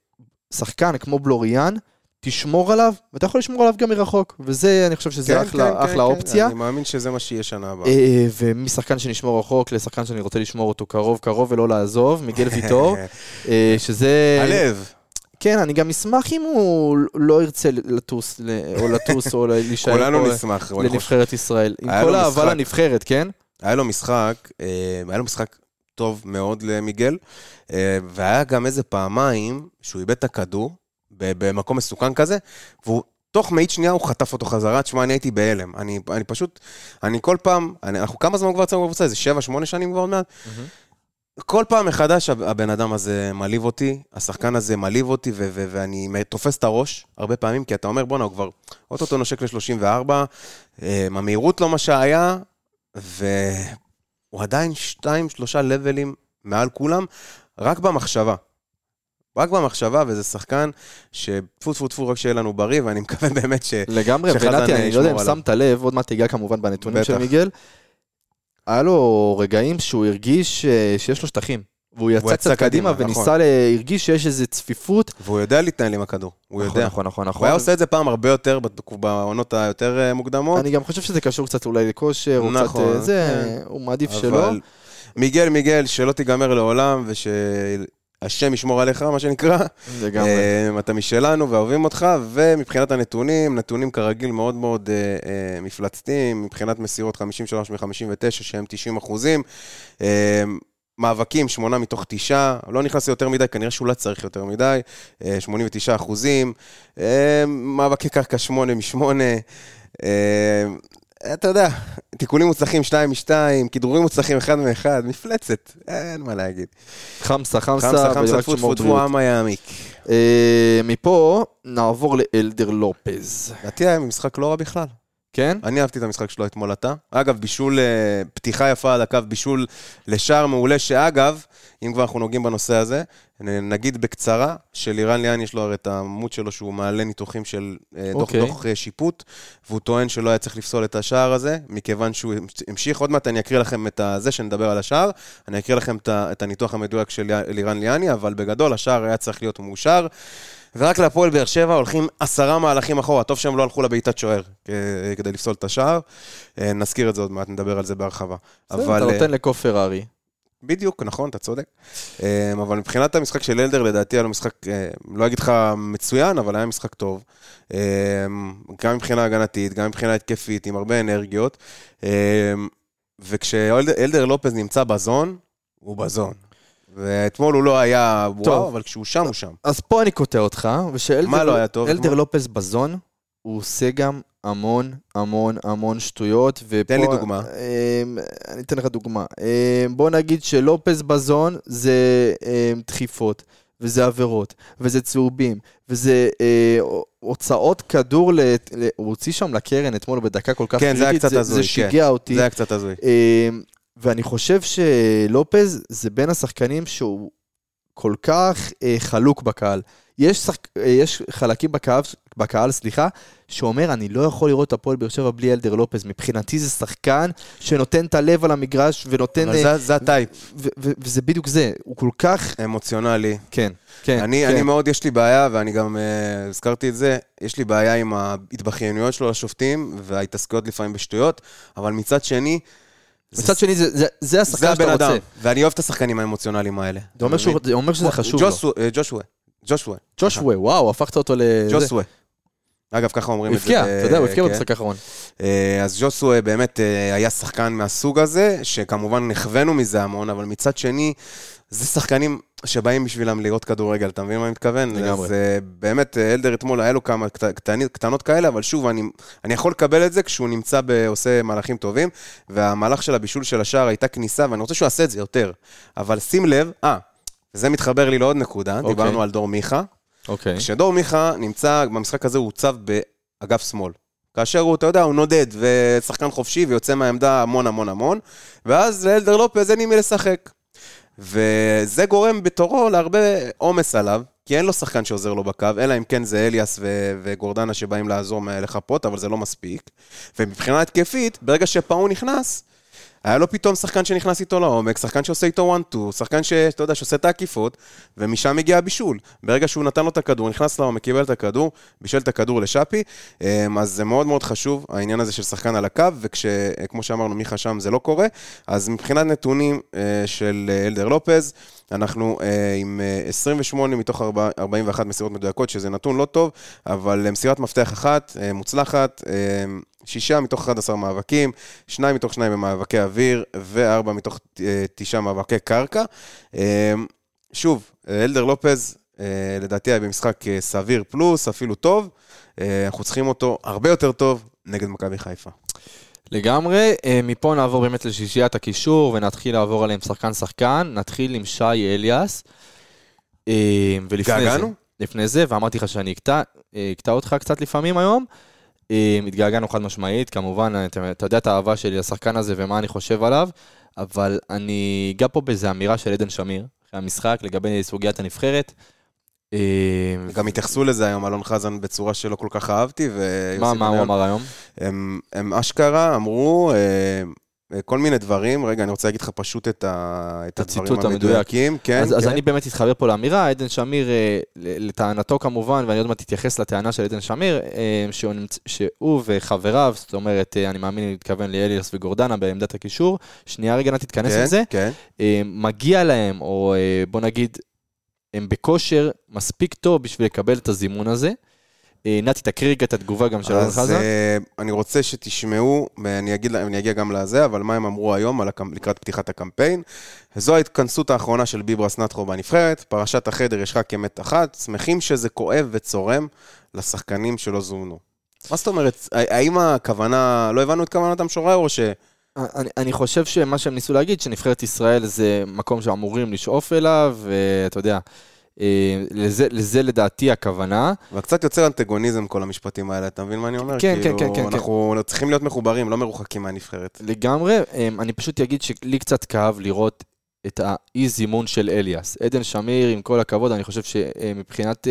[SPEAKER 2] ששחקן כמו בלוריאן, תשמור עליו, ואתה יכול לשמור עליו גם מרחוק, וזה, אני חושב שזה
[SPEAKER 1] כן,
[SPEAKER 2] אחלה,
[SPEAKER 1] כן,
[SPEAKER 2] אחלה
[SPEAKER 1] כן,
[SPEAKER 2] אופציה.
[SPEAKER 1] אני מאמין שזה מה שיהיה שנה הבאה.
[SPEAKER 2] ומשחקן שנשמור רחוק, לשחקן שאני רוצה לשמור אותו קרוב, קרוב ולא לעזוב, מיגל ויטור, שזה...
[SPEAKER 1] הלב.
[SPEAKER 2] כן, אני גם אשמח אם הוא לא ירצה לטוס, או לטוס, או להישאר
[SPEAKER 1] כולנו נשמח.
[SPEAKER 2] לנבחרת ישראל. עם כל האהבה לנבחרת, כן?
[SPEAKER 1] היה לו משחק, היה לו משחק טוב מאוד למיגל, והיה גם איזה פעמיים שהוא איבד את הכדור, במקום מסוכן כזה, והוא תוך מאית שנייה הוא חטף אותו חזרה, תשמע, אני הייתי בהלם. אני, אני פשוט, אני כל פעם, אנחנו כמה זמן כבר צמנו בקבוצה, איזה שבע, שמונה שנים כבר עוד מעט, כל פעם מחדש הבן אדם הזה מליב אותי, השחקן הזה מליב אותי, ו- ו- ואני תופס את הראש הרבה פעמים, כי אתה אומר, בוא נה, הוא כבר אוטוטו נושק ל-שלושים וארבע, המהירות לא מה שהיה, והוא עדיין שתיים, שלושה לבלים מעל כולם, רק במחשבה. רק במחשבה, וזה שחקן שפו תפו תפו רק שיהיה לנו בריא, ואני מקווה באמת ש...
[SPEAKER 2] לגמרי, ונתי, אני לא יודע אם שמת לב, עוד מעט תיגע כמובן בנתונים של מיגל, היה לו רגעים שהוא הרגיש שיש לו שטחים, והוא יצא קצת קדימה וניסה להרגיש שיש איזו צפיפות.
[SPEAKER 1] והוא יודע להתנהל עם הכדור, הוא יודע.
[SPEAKER 2] נכון, נכון, נכון.
[SPEAKER 1] הוא היה עושה את זה פעם הרבה יותר בעונות היותר מוקדמות.
[SPEAKER 2] אני גם חושב שזה קשור קצת אולי לכושר, הוא קצת זה, הוא מעדיף שלא.
[SPEAKER 1] מיגל, מיגל, שלא תיגמר לעולם, וש... השם ישמור עליך, מה שנקרא.
[SPEAKER 2] לגמרי.
[SPEAKER 1] אתה משלנו ואוהבים אותך, ומבחינת הנתונים, נתונים כרגיל מאוד מאוד מפלצתיים, מבחינת מסירות חמישים ושלוש מ-חמישים ותשע, שהם תשעים אחוזים, מאבקים, שמונה מתוך תשעה, לא נכנס יותר מדי, כנראה שאולי צריך יותר מדי, שמונים ותשעה אחוזים, מאבקי קרקע שמונה משמונה, אתה יודע, תיקולים מוצלחים שתיים משתיים, כדרורים מוצלחים אחד מאחד, מפלצת, אין מה להגיד.
[SPEAKER 2] חמסה, חמסה,
[SPEAKER 1] חמסה, חמסה, תפו, תפו, תפו, העם יעמיק.
[SPEAKER 2] מפה נעבור לאלדר לופז.
[SPEAKER 1] לדעתי היה משחק לא רע בכלל.
[SPEAKER 2] כן?
[SPEAKER 1] אני אהבתי את המשחק שלו אתמול אתה. אגב, בישול, פתיחה יפה על הקו, בישול לשער מעולה, שאגב, אם כבר אנחנו נוגעים בנושא הזה, נגיד בקצרה, שלירן ליאן יש לו הרי את העמוד שלו, שהוא מעלה ניתוחים של דוח דוח שיפוט, והוא טוען שלא היה צריך לפסול את השער הזה, מכיוון שהוא המשיך. עוד מעט אני אקריא לכם את זה שנדבר על השער, אני אקריא לכם את הניתוח המדויק של לירן ליאני, אבל בגדול השער היה צריך להיות מאושר, ורק להפועל באר שבע הולכים עשרה מהלכים אחורה, טוב שהם לא הלכו לבעיטת שוער כדי לפסול את השער, נזכיר את זה עוד מעט, נדבר על זה בהרחבה.
[SPEAKER 2] אתה נותן לקוף פרארי.
[SPEAKER 1] בדיוק, נכון, אתה צודק. אבל מבחינת המשחק של אלדר, לדעתי היה לו משחק, לא אגיד לך מצוין, אבל היה משחק טוב. גם מבחינה הגנתית, גם מבחינה התקפית, עם הרבה אנרגיות. וכשאלדר לופז נמצא בזון, הוא בזון. ואתמול הוא לא היה וואו, אבל כשהוא שם, הוא שם.
[SPEAKER 2] אז פה אני קוטע אותך,
[SPEAKER 1] מה לא היה טוב?
[SPEAKER 2] אלדר לופז בזון, הוא עושה גם המון, המון, המון שטויות.
[SPEAKER 1] תן לי דוגמה.
[SPEAKER 2] אני אתן לך דוגמה. בוא נגיד שלופז בזון זה דחיפות, וזה עבירות, וזה צהובים, וזה אה, הוצאות כדור, ל, ל, הוא הוציא שם לקרן אתמול בדקה כל כך
[SPEAKER 1] כן, זה היה קצת
[SPEAKER 2] זה,
[SPEAKER 1] הזוי,
[SPEAKER 2] זה שיגע
[SPEAKER 1] כן.
[SPEAKER 2] אותי.
[SPEAKER 1] זה היה קצת הזוי.
[SPEAKER 2] אה, ואני חושב שלופז זה בין השחקנים שהוא כל כך אה, חלוק בקהל. יש, שחק... אה, יש חלקים בקהל, בקהל, סליחה, שאומר, אני לא יכול לראות את הפועל באר שבע בלי אלדר לופז. מבחינתי זה שחקן שנותן את הלב על המגרש ונותן...
[SPEAKER 1] אבל זה, זה הטייפ.
[SPEAKER 2] ו- ו- וזה בדיוק זה. הוא כל כך...
[SPEAKER 1] אמוציונלי.
[SPEAKER 2] כן, כן.
[SPEAKER 1] אני,
[SPEAKER 2] כן.
[SPEAKER 1] אני מאוד, יש לי בעיה, ואני גם uh, הזכרתי את זה, יש לי בעיה עם ההתבכיינויות שלו לשופטים, וההתעסקויות לפעמים בשטויות, אבל מצד שני...
[SPEAKER 2] מצד זה, שני, זה, זה, זה השחקן שאתה רוצה.
[SPEAKER 1] ואני אוהב את השחקנים האמוציונליים האלה.
[SPEAKER 2] זה אומר, שהוא, זה אומר שזה חשוב לו.
[SPEAKER 1] ג'ושווה. ג'ושווה.
[SPEAKER 2] ג'ושווה, וואו, הפכת אותו לזה.
[SPEAKER 1] ג'ושווה. אגב, ככה אומרים את זה.
[SPEAKER 2] הפקיע, אתה יודע, הוא הפקיע במשחק האחרון.
[SPEAKER 1] אז ג'ושווה באמת היה שחקן מהסוג הזה, שכמובן נכוונו מזה המון, אבל מצד שני, זה שחקנים שבאים בשבילם לראות כדורגל, אתה מבין מה אני מתכוון?
[SPEAKER 2] לגמרי.
[SPEAKER 1] אז באמת, אלדר אתמול היה לו כמה קטנות כאלה, אבל שוב, אני, אני יכול לקבל את זה כשהוא נמצא ועושה מהלכים טובים, והמהלך של הבישול של השער הייתה כניסה, ואני רוצה שהוא יעשה את זה יותר. אבל שים לב, אה, וזה מתחבר לי לעוד נקודה, okay. דיברנו על דור מיכה.
[SPEAKER 2] אוקיי. Okay.
[SPEAKER 1] כשדור מיכה נמצא, במשחק הזה הוא הוצב באגף שמאל. כאשר הוא, אתה יודע, הוא נודד ושחקן חופשי ויוצא מהעמדה המון המון המון, ואז לאלדר לופז אין עם מי לשחק. וזה גורם בתורו להרבה עומס עליו, כי אין לו שחקן שעוזר לו בקו, אלא אם כן זה אליאס ו- וגורדנה שבאים לעזור לחפות, אבל זה לא מספיק. ומבחינה התקפית, ברגע שפאו נכנס, היה לו פתאום שחקן שנכנס איתו לעומק, שחקן שעושה איתו אחת שתיים, שחקן שאתה יודע, שעושה את העקיפות, ומשם הגיע הבישול. ברגע שהוא נתן לו את הכדור, נכנס לעומק, קיבל את הכדור, בישל את הכדור לשאפי, אז זה מאוד מאוד חשוב, העניין הזה של שחקן על הקו, וכמו שאמרנו, מיכה שם זה לא קורה, אז מבחינת נתונים של אלדר לופז, אנחנו עם עשרים ושמונה מתוך ארבעים ואחת מסירות מדויקות, שזה נתון לא טוב, אבל מסירת מפתח אחת, מוצלחת, שישה מתוך אחד עשר מאבקים, שניים מתוך שניים במאבקי אוויר, וארבע מתוך תשעה מאבקי קרקע. שוב, אלדר לופז, לדעתי היה במשחק סביר פלוס, אפילו טוב, אנחנו צריכים אותו הרבה יותר טוב נגד מכבי חיפה.
[SPEAKER 2] לגמרי, מפה נעבור באמת לשישיית הקישור, ונתחיל לעבור עליהם שחקן שחקן, נתחיל עם שי אליאס, ולפני זה, לפני זה, ואמרתי לך שאני אקטע, אקטע אותך קצת לפעמים היום, התגעגענו חד משמעית, כמובן, אתה יודע את האהבה שלי לשחקן הזה ומה אני חושב עליו, אבל אני אגע פה באיזו אמירה של עדן שמיר, אחרי המשחק, לגבי סוגיית הנבחרת.
[SPEAKER 1] גם התייחסו לזה היום, אלון חזן בצורה שלא כל כך אהבתי.
[SPEAKER 2] מה, מה הוא אמר היום?
[SPEAKER 1] הם, הם אשכרה אמרו כל מיני דברים, רגע, אני רוצה להגיד לך פשוט את, ה, את הדברים המדויקים. כן,
[SPEAKER 2] אז,
[SPEAKER 1] כן.
[SPEAKER 2] אז אני באמת אתחבר פה לאמירה, עדן שמיר, לטענתו כמובן, ואני עוד מעט תתייחס לטענה של עדן שמיר, שהוא, שהוא וחבריו, זאת אומרת, אני מאמין, אני מתכוון לאליאס וגורדנה בעמדת הקישור, שנייה רגע, תתכנס
[SPEAKER 1] כן,
[SPEAKER 2] עם זה,
[SPEAKER 1] כן.
[SPEAKER 2] מגיע להם, או בוא נגיד, הם בכושר מספיק טוב בשביל לקבל את הזימון הזה, נתי, תקריא רגע את התגובה גם של אלון חזן.
[SPEAKER 1] אז אני רוצה שתשמעו, אני אגיד, אני אגיע גם לזה, אבל מה הם אמרו היום לקראת פתיחת הקמפיין. זו ההתכנסות האחרונה של ביברס נטחו בנבחרת, פרשת החדר יש רק אמת אחת, שמחים שזה כואב וצורם לשחקנים שלא זומנו. מה זאת אומרת, האם הכוונה, לא הבנו את כוונת המשורר או ש...
[SPEAKER 2] אני, אני חושב שמה שהם ניסו להגיד, שנבחרת ישראל זה מקום שאמורים לשאוף אליו, ואתה יודע, לזה, לזה לדעתי הכוונה.
[SPEAKER 1] וקצת יוצר אנטגוניזם כל המשפטים האלה, אתה מבין מה אני אומר?
[SPEAKER 2] כן,
[SPEAKER 1] כאילו,
[SPEAKER 2] כן, כן, כן.
[SPEAKER 1] אנחנו כן. צריכים להיות מחוברים, לא מרוחקים מהנבחרת.
[SPEAKER 2] לגמרי, אני פשוט אגיד שלי קצת כאב לראות את האי זימון של אליאס. עדן שמיר, עם כל הכבוד, אני חושב שמבחינת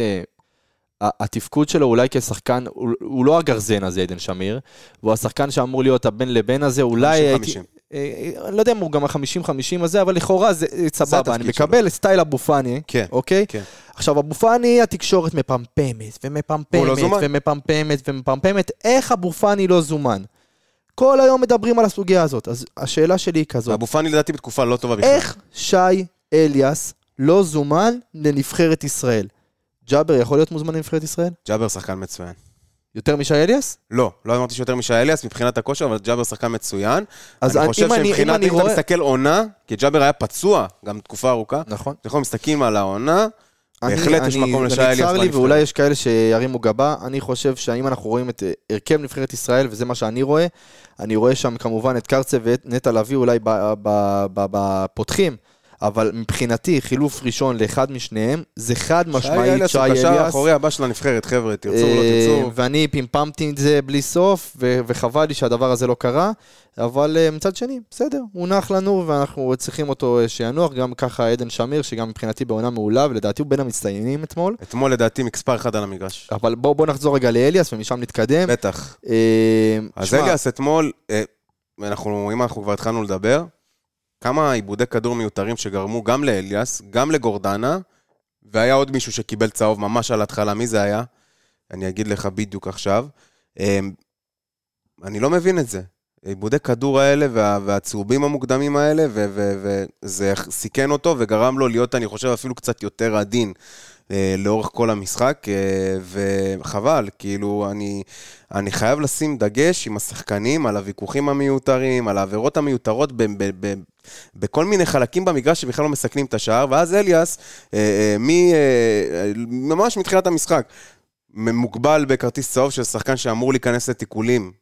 [SPEAKER 2] התפקוד שלו אולי כשחקן, הוא לא הגרזן הזה, עדן שמיר, והוא השחקן שאמור להיות הבן לבן הזה, אולי... חמישים חמישים. אני לא יודע אם הוא גם ה-חמישים חמישים הזה, אבל לכאורה זה סבבה, אני מקבל סטייל אבו פאני, אוקיי? עכשיו, אבו פאני התקשורת מפמפמת, ומפמפמת, ומפמפמת, ומפמפמת, איך אבו פאני לא זומן? כל היום מדברים על הסוגיה הזאת, אז השאלה שלי היא כזאת.
[SPEAKER 1] אבו פאני לדעתי בתקופה לא טובה בכלל.
[SPEAKER 2] איך שי אליאס לא זומן לנבחרת ישראל? ג'אבר יכול להיות מוזמן לנבחרת ישראל?
[SPEAKER 1] ג'אבר שחקן מצוין.
[SPEAKER 2] יותר משי אליאס?
[SPEAKER 1] לא, לא אמרתי שיותר משי אליאס מבחינת הכושר, אבל ג'אבר שחקן מצוין.
[SPEAKER 2] אז
[SPEAKER 1] אני חושב שמבחינת, אם אתה מסתכל עונה, כי ג'אבר היה פצוע גם תקופה ארוכה,
[SPEAKER 2] נכון.
[SPEAKER 1] אנחנו מסתכלים על העונה, בהחלט יש מקום לשי אליאס בנבחרת.
[SPEAKER 2] ואולי יש כאלה שירימו גבה, אני חושב שאם אנחנו רואים את הרכב נבחרת ישראל, וזה מה שאני רואה, אני רואה שם כמובן את קרצה ואת נטע לביא אולי בפותחים, אבל מבחינתי, חילוף ראשון לאחד משניהם, זה חד משמעית
[SPEAKER 1] שי אליאס. קשר אחורי הבא של הנבחרת, חבר'ה, תרצו או לא תרצו.
[SPEAKER 2] ואני פימפמתי את זה בלי סוף, וחבל לי שהדבר הזה לא קרה, אבל מצד שני, בסדר, הוא נח לנו, ואנחנו צריכים אותו שינוח, גם ככה עדן שמיר, שגם מבחינתי בעונה מעולה, ולדעתי הוא בין המצטיינים אתמול.
[SPEAKER 1] אתמול לדעתי מקספר אחד על המגרש.
[SPEAKER 2] אבל בוא, בוא נחזור רגע לאליאס, ומשם נתקדם.
[SPEAKER 1] בטח. אז אליאס אתמול, אנחנו, אם אנחנו כבר התחלנו לדבר, כמה עיבודי כדור מיותרים שגרמו גם לאליאס, גם לגורדנה, והיה עוד מישהו שקיבל צהוב ממש על התחלה. מי זה היה? אני אגיד לך בדיוק עכשיו. אני לא מבין את זה. עיבודי כדור האלה וה, והצהובים המוקדמים האלה, ו, ו, וזה סיכן אותו וגרם לו להיות, אני חושב, אפילו קצת יותר עדין לאורך כל המשחק, וחבל, כאילו, אני, אני חייב לשים דגש עם השחקנים על הוויכוחים המיותרים, על העבירות המיותרות ב, ב, ב, בכל מיני חלקים במגרש שבכלל לא מסכנים את השער, ואז אליאס, מי, ממש מתחילת המשחק, מוגבל בכרטיס צהוב של שחקן שאמור להיכנס לתיקולים,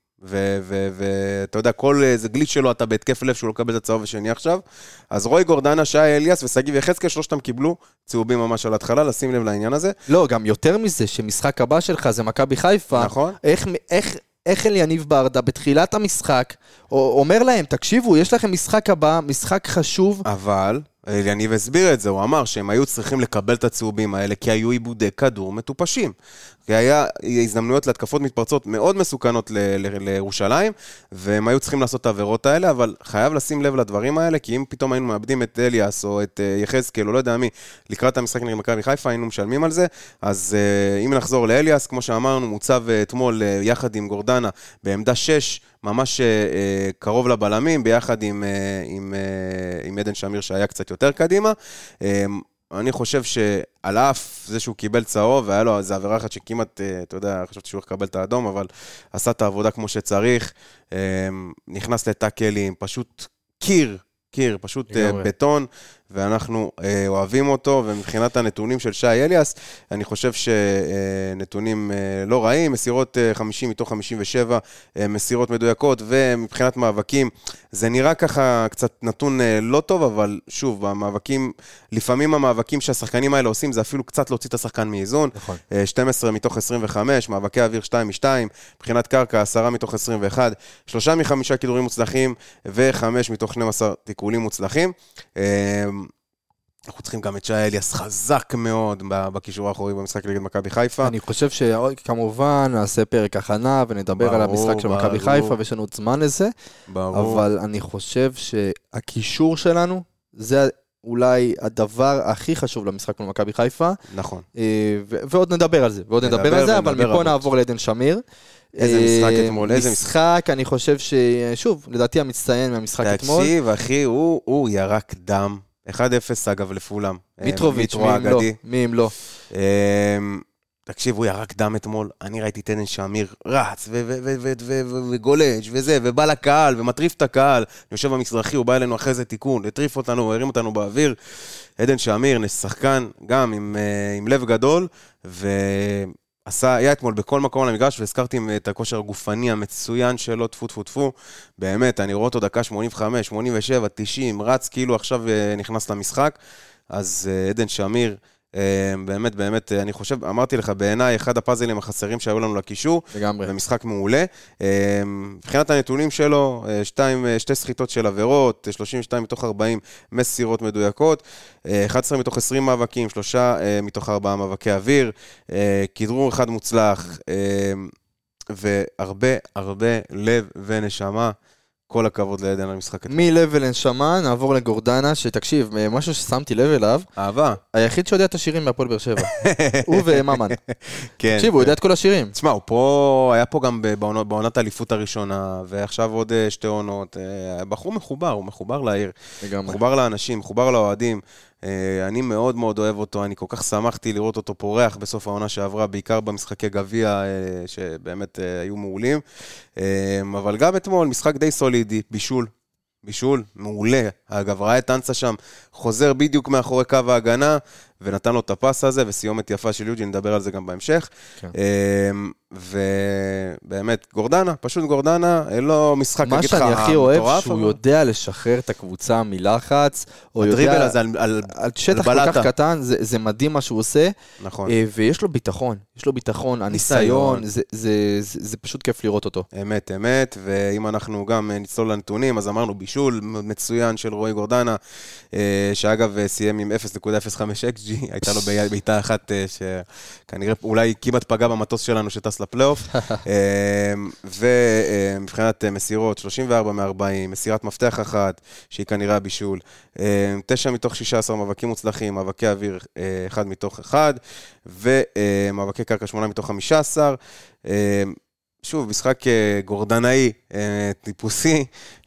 [SPEAKER 1] ואתה יודע, כל זה גליץ' שלו, אתה בהתקף לב שהוא לא קבל את הצהוב השני עכשיו, אז רוי גורדנה, שי אליאס וסגיב יחזקאל, שלושתם קיבלו צהובים ממש על ההתחלה, לשים לב לעניין הזה.
[SPEAKER 2] לא, גם יותר מזה, שמשחק הבא שלך זה מכבי חיפה.
[SPEAKER 1] נכון.
[SPEAKER 2] איך, איך, איך אליניב ברדה בתחילת המשחק, אומר להם, תקשיבו, יש לכם משחק הבא, משחק חשוב.
[SPEAKER 1] אבל אליניב הסביר את זה, הוא אמר שהם היו צריכים לקבל את הצהובים האלה, כי היו עיבודי כדור מטופשים. כי היה הזדמנויות להתקפות מתפרצות מאוד מסוכנות ל- ל- לירושלים, והם היו צריכים לעשות את העבירות האלה, אבל חייב לשים לב לדברים האלה, כי אם פתאום היינו מאבדים את אליאס או את יחזקאל, או לא יודע מי, לקראת המשחק נגד מכבי חיפה, היינו משלמים על זה. אז אם נחזור לאליאס, כמו שאמרנו, מוצב אתמול יחד עם גורדנה בעמדה שש, ממש קרוב לבלמים, ביחד עם, עם, עם עדן שמיר שהיה קצת יותר קדימה. אני חושב שעל אף זה שהוא קיבל צהוב, והיה לו איזו עבירה אחת שכמעט, אתה יודע, חשבתי שהוא יקבל את האדום, אבל עשה את העבודה כמו שצריך, נכנס לטאקלים, פשוט קיר, קיר, פשוט בטון, ואנחנו אה, אוהבים אותו, ומבחינת הנתונים של שי אליאס, אני חושב שנתונים אה, לא רעים, מסירות אה, חמישים מתוך חמישים ושבע, אה, מסירות מדויקות, ומבחינת מאבקים, זה נראה ככה קצת נתון אה, לא טוב, אבל שוב, המאבקים, לפעמים המאבקים שהשחקנים האלה עושים, זה אפילו קצת להוציא את השחקן מאיזון, נכון. אה, שתים עשרה מתוך עשרים וחמש, מאבקי אוויר שתיים משתיים, מבחינת קרקע עשרה מתוך עשרים ואחת, שלושה מחמישה כדורים מוצלחים, וחמש מתוך שנים עשר תיקולים מוצלחים, אה, אנחנו צריכים גם את שי אליאס חזק מאוד בקישור האחורי במשחק נגד מכבי חיפה.
[SPEAKER 2] אני חושב שכמובן נעשה פרק הכנה ונדבר ברור, על המשחק של מכבי חיפה, ויש לנו עוד זמן לזה. ברור. אבל אני חושב שהקישור שלנו זה אולי הדבר הכי חשוב למשחק של מכבי חיפה.
[SPEAKER 1] נכון.
[SPEAKER 2] ועוד נדבר על זה, ועוד נדבר, נדבר על זה, אבל מפה נעבור לעדן שמיר.
[SPEAKER 1] איזה משחק אתמול, איזה משחק.
[SPEAKER 2] משחק, אני חושב ששוב, לדעתי המצטיין מהמשחק אתמול.
[SPEAKER 1] תקשיב, אחי, הוא, הוא ירק דם. אחד אפס אגב לפולם.
[SPEAKER 2] מיטרוביץ', מי אם לא? מי אם לא?
[SPEAKER 1] תקשיב, הוא ירק דם אתמול. אני ראיתי את עדן שמיר רץ וגולש וזה, ובא לקהל ומטריף את הקהל. אני יושב במזרחי, הוא בא אלינו אחרי זה תיקון, הטריף אותנו, הוא הרים אותנו באוויר. עדן שמיר, שחקן גם עם לב גדול, ו... עשה, היה אתמול בכל מקום על המגרש, והזכרתי את הכושר הגופני המצוין שלו, תפו תפו תפו, באמת, אני רואה אותו דקה שמונים וחמש, שמונים ושבע, תשעים, רץ כאילו עכשיו נכנס למשחק, אז עדן שמיר, באמת, באמת, אני חושב, אמרתי לך, בעיניי, אחד הפאזלים החסרים שהיו לנו לקישור, ומשחק מעולה. מבחינת הנתונים שלו, שתיים, שתי סחיטות של עבירות, שלושים ושתיים מתוך ארבעים מסירות מדויקות, אחת עשרה מתוך עשרים מאבקים, שלושה מתוך ארבעה מאבקי אוויר, כדרור אחד מוצלח, והרבה, הרבה לב ונשמה. כל הכבוד לעדן על המשחק.
[SPEAKER 2] מלב ולנשמה, נעבור לגורדנה, שתקשיב, משהו ששמתי לב אליו,
[SPEAKER 1] אהבה.
[SPEAKER 2] היחיד שיודע את השירים מהפועל באר שבע. הוא וממן. כן. תקשיב, הוא יודע את כל השירים.
[SPEAKER 1] תשמע, הוא פה, היה פה גם בעונת האליפות הראשונה, ועכשיו עוד שתי עונות. בחור מחובר, הוא מחובר לעיר. מחובר לאנשים, מחובר לאוהדים. אני מאוד מאוד אוהב אותו, אני כל כך שמחתי לראות אותו פורח בסוף העונה שעברה, בעיקר במשחקי גביע שבאמת היו מעולים, אבל גם אתמול משחק די סולידי, בישול, בישול, מעולה, אגב ראה את אנסה שם, חוזר בדיוק מאחורי קו ההגנה, ונתן לו את הפס הזה, וסיומת יפה של יוג'י, נדבר על זה גם בהמשך. כן. ובאמת, גורדנה, פשוט גורדנה, לא משחק,
[SPEAKER 2] מה שאני הכי אוהב, שהוא יודע לשחרר את הקבוצה מלחץ, או יודע, על שטח כל כך קטן, זה מדהים מה שהוא עושה, ויש לו ביטחון, יש לו ביטחון, הניסיון, זה פשוט כיף לראות אותו.
[SPEAKER 1] אמת, אמת, ואם אנחנו גם נצלול לנתונים, אז אמרנו בישול מצוין של רועי גורדנה, שאגב סיים עם אפס נקודה אפס חמש אקס ג'י, הייתה לו בעיטה אחת שכנראה אולי כמעט פגע במטוס שלנו שטס לפלייאוף, ומבחינת מסירות, שלושים וארבע מארבעים, מסירת מפתח אחת, שהיא כנראה הבישול, תשע מתוך שישה עשר מאבקים מוצלחים, מאבקי אוויר אחד מתוך אחד, ומאבקי קרקע שמונה מתוך חמישה עשר, שוב, משחק גורדנאי, טיפוסי,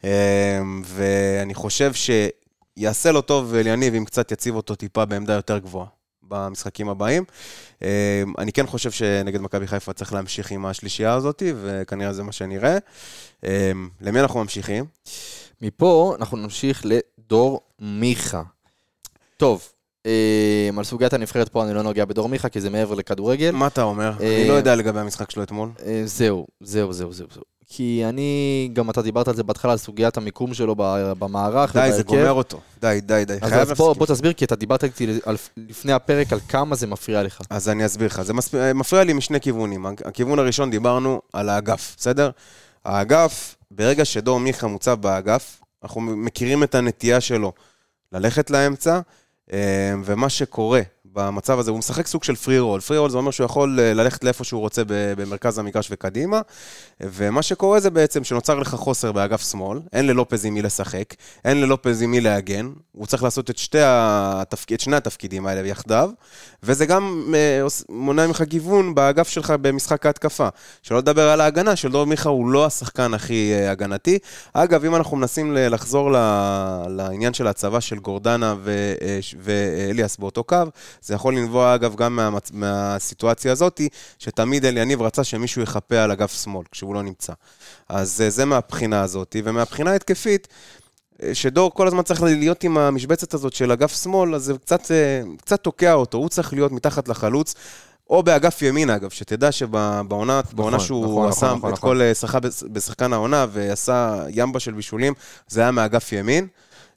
[SPEAKER 1] ואני חושב שיעשה לו טוב ליניב אם קצת יציב אותו טיפה בעמדה יותר גבוהה במשחקים הבאים. אני כן חושב שנגד מכבי חיפה צריך להמשיך עם השלישייה הזאת, וכנראה זה מה שנראה. למי אנחנו ממשיכים?
[SPEAKER 2] מפה אנחנו נמשיך לדור מיכה. טוב. על סוגיית הנבחרת פה אני לא נוגע בדור מיכה, כי זה מעבר לכדורגל.
[SPEAKER 1] מה אתה אומר? אני לא יודע לגבי המשחק שלו אתמול.
[SPEAKER 2] זהו, זהו, זהו, זהו. כי אני, גם אתה דיברת על זה בהתחלה, על סוגיית המיקום שלו במערך.
[SPEAKER 1] די, זה גומר אותו. די, די, די.
[SPEAKER 2] אז בוא תסביר, כי אתה דיברת איתי לפני הפרק על כמה זה מפריע לך.
[SPEAKER 1] אז אני אסביר לך. זה מפריע לי משני כיוונים. הכיוון הראשון דיברנו על האגף, בסדר? האגף, ברגע שדור מיכה מוצב באגף, אנחנו מכירים את הנטייה שלו ללכת לאמצע, ומה שקורה במצב הזה, הוא משחק סוג של פרי רול. פרי רול זה אומר שהוא יכול ללכת לאיפה שהוא רוצה במרכז המגרש וקדימה, ומה שקורה זה בעצם שנוצר לך חוסר באגף שמאל, אין ללופז עם מי לשחק, אין ללופז עם מי להגן, הוא צריך לעשות את, שתי התפק... את שני התפקידים האלה יחדיו, וזה גם מונע ממך גיוון באגף שלך במשחק ההתקפה. שלא לדבר על ההגנה, של דור מיכה הוא לא השחקן הכי הגנתי. אגב, אם אנחנו מנסים לחזור לעניין של הצבא של גורדנה ו... ואליאס באותו קו, זה יכול לנבוע אגב גם מה, מהסיטואציה הזאת, שתמיד אליניב רצה שמישהו יחפה על אגף שמאל, כשהוא לא נמצא. אז זה מהבחינה הזאת, ומהבחינה התקפית, שדור כל הזמן צריך להיות עם המשבצת הזאת של אגף שמאל, אז זה קצת, קצת תוקע אותו, הוא צריך להיות מתחת לחלוץ, או באגף ימין אגב, שתדע שבעונה נכון, שהוא נכון, עשה נכון, את נכון. כל שחקן בשחקן העונה, ועשה ימבה של בישולים, זה היה מאגף ימין,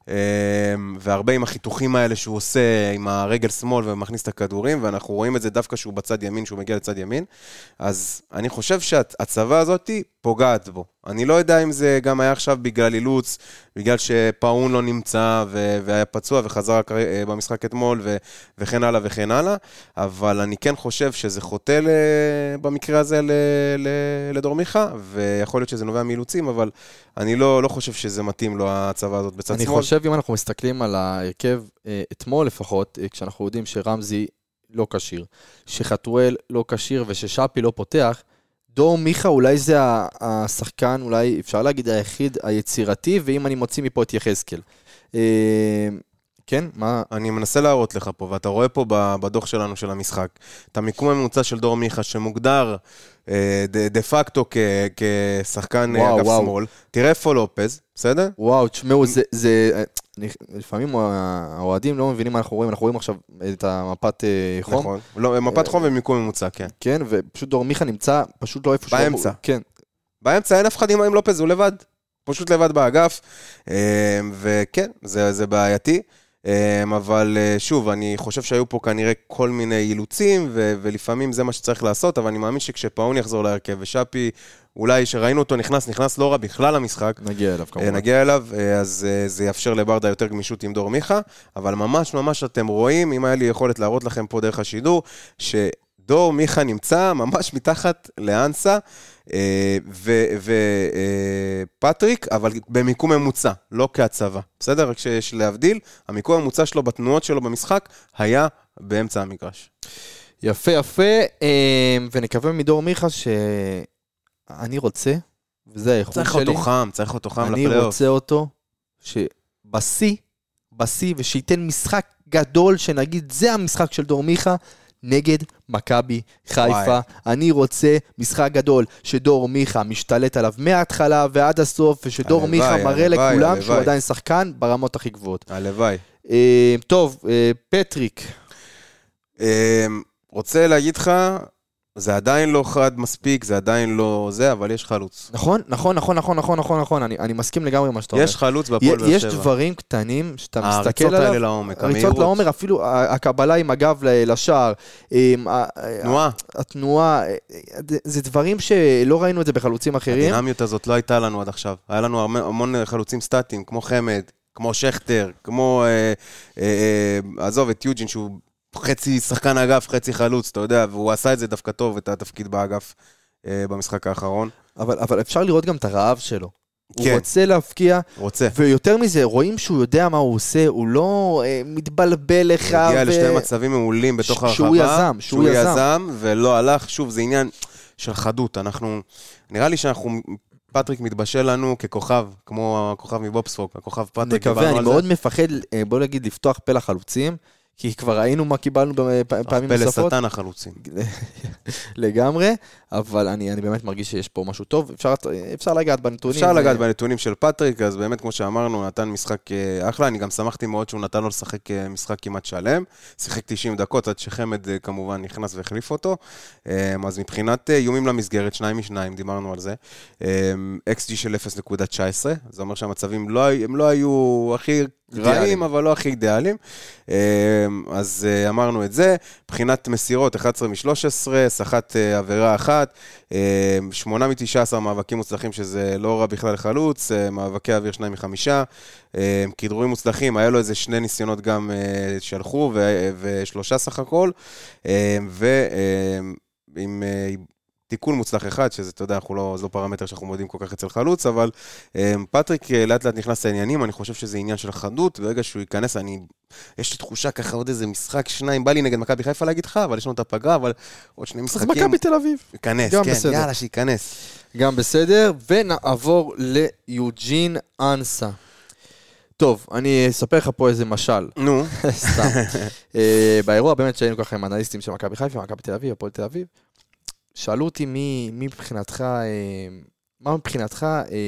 [SPEAKER 1] והרבה עם החיתוכים האלה שהוא עושה עם הרגל שמאל ומכניס את הכדורים, ואנחנו רואים את זה דווקא שהוא בצד ימין, שהוא מגיע לצד ימין, אז אני חושב שהצבא הזאת פוגעת בו. אני לא יודע אם זה גם היה עכשיו בגלל אילוץ, בגלל שפאון לא נמצא והיה פצוע וחזר במשחק אתמול וכן הלאה וכן הלאה, אבל אני כן חושב שזה חוטא במקרה הזה לדור מיכה, ויכול להיות שזה נובע מאילוצים, אבל אני לא, לא חושב שזה מתאים לו הצבא הזאת בצד
[SPEAKER 2] אני
[SPEAKER 1] שמאל.
[SPEAKER 2] אני חושב אם אנחנו מסתכלים על ההרכב אתמול לפחות, כשאנחנו יודעים שרמזי לא קשיר, שחתואל לא קשיר וששאפי לא פותח, דור מיכה אולי זה השחקן, אולי אפשר להגיד היחיד היצירתי, ואם אני מוציא מפה את יחזקאל. כן, מה?
[SPEAKER 1] אני מנסה להראות לך פה, ואתה רואה פה בדוח שלנו של המשחק, את המיקום הממוצע של דור מיכה, שמוגדר דה פקטו כשחקן אגף שמאל. תראה איפה לופז, בסדר?
[SPEAKER 2] וואו, תשמעו, זה... לפעמים האוהדים לא מבינים מה אנחנו רואים, אנחנו רואים עכשיו את המפת חום.
[SPEAKER 1] נכון, לא, מפת חום ומיקום ממוצע, כן.
[SPEAKER 2] כן, ופשוט דור מיכה נמצא פשוט לא איפה
[SPEAKER 1] שהוא. באמצע.
[SPEAKER 2] כן.
[SPEAKER 1] באמצע אין אף אחד עם לופז, הוא לבד. פשוט לבד באגף, וכן, זה, זה בעייתי. אבל שוב, אני חושב שהיו פה כנראה כל מיני אילוצים, ולפעמים זה מה שצריך לעשות, אבל אני מאמין שכשפאון יחזור להרכב, ושאפי, אולי שראינו אותו נכנס, נכנס לא רע בכלל למשחק,
[SPEAKER 2] נגיע אליו כמובן.
[SPEAKER 1] נגיע אליו, אז זה יאפשר לברדה יותר גמישות עם דור מיכה, אבל ממש ממש אתם רואים, אם היה לי יכולת להראות לכם פה דרך השידור, שדור מיכה נמצא ממש מתחת לאנסה, ופטריק, אבל במיקום ממוצע, לא כהצבה. בסדר? רק שיש להבדיל, המיקום הממוצע שלו בתנועות שלו במשחק היה באמצע המגרש.
[SPEAKER 2] יפה יפה, ונקווה מדור מיכה שאני רוצה, וזה האיכות שלי.
[SPEAKER 1] צריך אותו חם, צריך אותו חם לפלייאוף.
[SPEAKER 2] אני רוצה אותו, שבשיא, בשיא, ושיתן משחק גדול, שנגיד זה המשחק של דור מיכה, נגד מכבי חיפה. אני רוצה משחק גדול שדור מיכה משתלט עליו מההתחלה ועד הסוף, ושדור מיכה מראה לכולם שהוא עדיין שחקן ברמות הכי גבוהות.
[SPEAKER 1] הלוואי.
[SPEAKER 2] טוב, פטריק.
[SPEAKER 1] רוצה להגיד לך, זה עדיין לא חד מספיק, זה עדיין לא זה, אבל יש חלוץ.
[SPEAKER 2] נכון, נכון, נכון, נכון, נכון, נכון, נכון, אני, אני מסכים לגמרי מה שאתה אומר.
[SPEAKER 1] יש חלוץ בפועל באר
[SPEAKER 2] יש
[SPEAKER 1] שבע.
[SPEAKER 2] דברים קטנים שאתה מסתכל
[SPEAKER 1] הריצות
[SPEAKER 2] עליו.
[SPEAKER 1] האלה לעומק,
[SPEAKER 2] הריצות
[SPEAKER 1] המהירות.
[SPEAKER 2] לעומק, אפילו הקבלה עם הגב לשער.
[SPEAKER 1] תנועה.
[SPEAKER 2] התנועה, זה דברים שלא ראינו את זה בחלוצים אחרים.
[SPEAKER 1] הדינמיות הזאת לא הייתה לנו עד עכשיו. היה לנו המון חלוצים סטטיים, כמו חמד, כמו שכטר, כמו, אה, אה, אה, עזוב, את יוג'ין, שהוא חצי שחקן אגף, חצי חלוץ, אתה יודע, והוא עשה את זה דווקא טוב, את התפקיד באגף אה, במשחק האחרון.
[SPEAKER 2] אבל, אבל אפשר לראות גם את הרעב שלו.
[SPEAKER 1] כן.
[SPEAKER 2] הוא רוצה להפקיע,
[SPEAKER 1] רוצה.
[SPEAKER 2] ויותר מזה, רואים שהוא יודע מה הוא עושה, הוא לא אה, מתבלבל לך.
[SPEAKER 1] הוא הגיע
[SPEAKER 2] ו...
[SPEAKER 1] לשני מצבים מעולים בתוך
[SPEAKER 2] ש-
[SPEAKER 1] הרחבה.
[SPEAKER 2] שהוא יזם, שהוא
[SPEAKER 1] שהוא
[SPEAKER 2] יזם.
[SPEAKER 1] יזם, ולא הלך, שוב, זה עניין של חדות. אנחנו, נראה לי שאנחנו, פטריק מתבשל לנו ככוכב, כמו הכוכב מבובספוג, הכוכב פטריק.
[SPEAKER 2] נקווה, אני מאוד מפחד, אה, בוא נגיד, לפתוח פה לחלוצים, כי כבר ראינו מה קיבלנו בפעמים
[SPEAKER 1] פלא
[SPEAKER 2] נוספות.
[SPEAKER 1] שטן החלוצים.
[SPEAKER 2] לגמרי, אבל אני, אני באמת מרגיש שיש פה משהו טוב. אפשר, אפשר לגעת בנתונים.
[SPEAKER 1] אפשר לגעת בנתונים של פטריק, אז באמת, כמו שאמרנו, נתן משחק אחלה. אני גם שמחתי מאוד שהוא נתן לו לשחק משחק כמעט שלם. שיחק תשעים דקות, עד שחמד כמובן נכנס והחליף אותו. אז מבחינת איומים למסגרת, שניים משניים, דיברנו על זה. אקס ג'י של אפס נקודה תשע עשרה, זה אומר שהמצבים לא, הם לא היו הכי רעים, אבל לא הכי אידיאליים. אז אמרנו את זה. מבחינת מסירות, אחת עשרה משלוש עשרה, שחת עבירה אחת, שמונה מתשע עשרה מאבקים מוצלחים, שזה לא רע בכלל לחלוץ, מאבקי אוויר שניים מחמישה, כדרורים מוצלחים, היה לו איזה שני ניסיונות גם שהלכו, ושלושה סך הכל, ועם תיקון מוצלח אחד, שזה, אתה יודע, אנחנו לא, זה לא פרמטר שאנחנו מודדים כל כך אצל חלוץ, אבל פטריק לאט לאט נכנס לעניינים, אני חושב שזה עניין של חדות, ברגע שהוא ייכנס, אני, יש לי תחושה ככה עוד איזה משחק, שניים, בא לי נגד מכבי חיפה להגיד לך, אבל יש לנו את הפגרה, אבל עוד שני משחקים.
[SPEAKER 2] אז מכבי תל אביב.
[SPEAKER 1] ייכנס, כן, בסדר. יאללה, שייכנס.
[SPEAKER 2] גם בסדר, ונעבור ליוג'ין אנסה. טוב, אני אספר לך פה איזה משל.
[SPEAKER 1] נו.
[SPEAKER 2] סתם. באירוע באמת שהיינו ככה עם אנליסטים של מכבי חיפה, מכבי תל אביב, הפועל תל אביב, שאלו אותי מי, מי מבחינתך, מה מבחינתך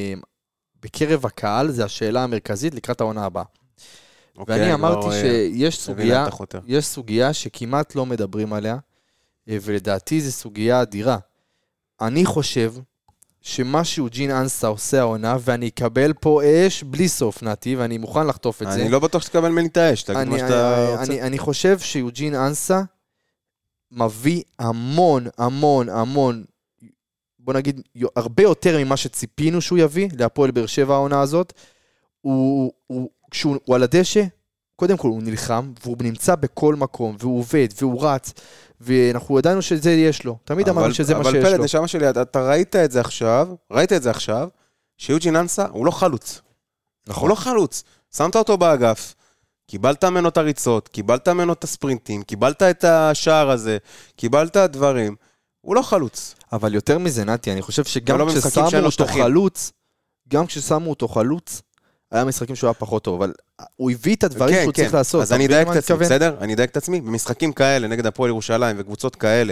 [SPEAKER 2] בקרב הקהל, זה השאלה המרכזית לקראת העונה הבאה. ואני אמרתי שיש סוגיה, יש סוגיה שכמעט לא מדברים עליה, ולדעתי זו סוגיה אדירה. אני חושב שמה שיוג'ין אנסה עושה העונה, ואני אקבל פה אש בלי סוף, נתי, ואני מוכן לחטוף את זה.
[SPEAKER 1] אני לא בטוח שתקבל ממני את האש, תגיד מה שאתה רוצה.
[SPEAKER 2] אני, אני חושב שיוג'ין אנסה מביא המון, המון, המון, בוא נגיד, הרבה יותר ממה שציפינו שהוא יביא, להפועל באר שבע העונה הזאת. הוא, הוא, כשהוא הוא על הדשא, קודם כל הוא נלחם, והוא נמצא בכל מקום, והוא עובד, והוא רץ, ואנחנו ידענו שזה יש לו. תמיד אמרנו שזה מה שיש לו.
[SPEAKER 1] אבל פלד, נשמה שלי, אתה, אתה ראית את זה עכשיו, ראית את זה עכשיו, שיוג'ין אנסה הוא לא חלוץ. נכון. הוא לא חלוץ. שמת אותו באגף, קיבלת ממנו את הריצות, קיבלת ממנו את הספרינטים, קיבלת את השער הזה, קיבלת דברים. הוא לא חלוץ.
[SPEAKER 2] אבל יותר מזה, נתי, אני חושב שגם כששמו אותו חלוץ, גם כששמו אותו חלוץ, היה משחקים שהוא היה פחות טוב, אבל הוא הביא את הדברים שהוא צריך לעשות.
[SPEAKER 1] אז אני אדייק את עצמי, בסדר? אני אדייק את עצמי. במשחקים כאלה, נגד הפועל ירושלים וקבוצות כאלה,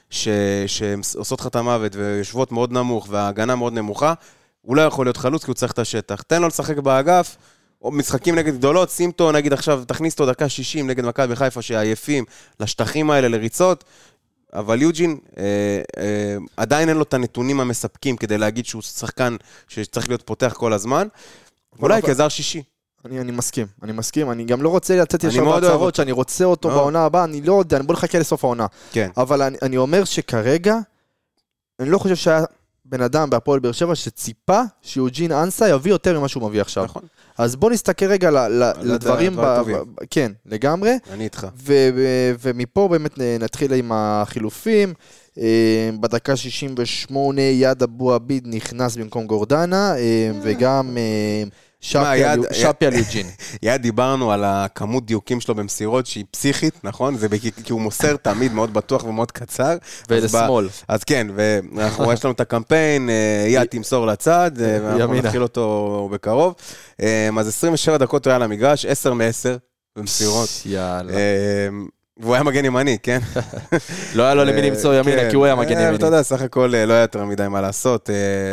[SPEAKER 1] שעושות לך את המוות ויושבות מאוד נמוך וההגנה מאוד נמוכה, הוא לא יכול להיות חלוץ כי הוא צריך את השטח. תן לו לשחק באגף, או משחקים נגד גדולות, שים אותו, נגיד עכשיו, תכניס אותו דקה שישים נגד מכבי חיפה שעייפים לשטחים האלה, לריצות, אבל יוג'ין אה, אה, עדיין אין לו את הנתונים המספקים כדי להגיד שהוא שחקן שצריך להיות פותח כל הזמן. אולי כזר שישי.
[SPEAKER 2] אני, אני מסכים, אני מסכים, אני גם לא רוצה לצאת ישר בהצהרות שאני רוצה אותו לא. בעונה הבאה, אני לא יודע, אני בוא נחכה לסוף העונה.
[SPEAKER 1] כן.
[SPEAKER 2] אבל אני, אני אומר שכרגע, אני לא חושב שהיה בן אדם בהפועל באר שבע שציפה שיוג'ין אנסה יביא יותר ממה שהוא מביא עכשיו. נכון. אז בוא נסתכל רגע ל, ל, לדברים, ב, ב, כן, לגמרי.
[SPEAKER 1] אני איתך.
[SPEAKER 2] ו, ו, ומפה באמת נתחיל עם החילופים. בדקה שישים ושמונה יד אבו עביד נכנס במקום גורדנה, וגם שפי על יוג'ין.
[SPEAKER 1] יד דיברנו על הכמות דיוקים שלו במסירות שהיא פסיכית, נכון? זה כי הוא מוסר תמיד מאוד בטוח ומאוד קצר.
[SPEAKER 2] ולשמאל.
[SPEAKER 1] אז כן, ואנחנו יש לנו את הקמפיין, יד תמסור לצד, ואנחנו נתחיל אותו בקרוב. אז עשרים ושבע דקות הוא היה למגרש, עשר מעשר במסירות.
[SPEAKER 2] יאללה.
[SPEAKER 1] והוא היה מגן ימני, כן?
[SPEAKER 2] לא היה לו למי למצוא ימינה, כי הוא היה מגן ימני.
[SPEAKER 1] אתה יודע, סך הכל לא היה יותר מדי מה לעשות.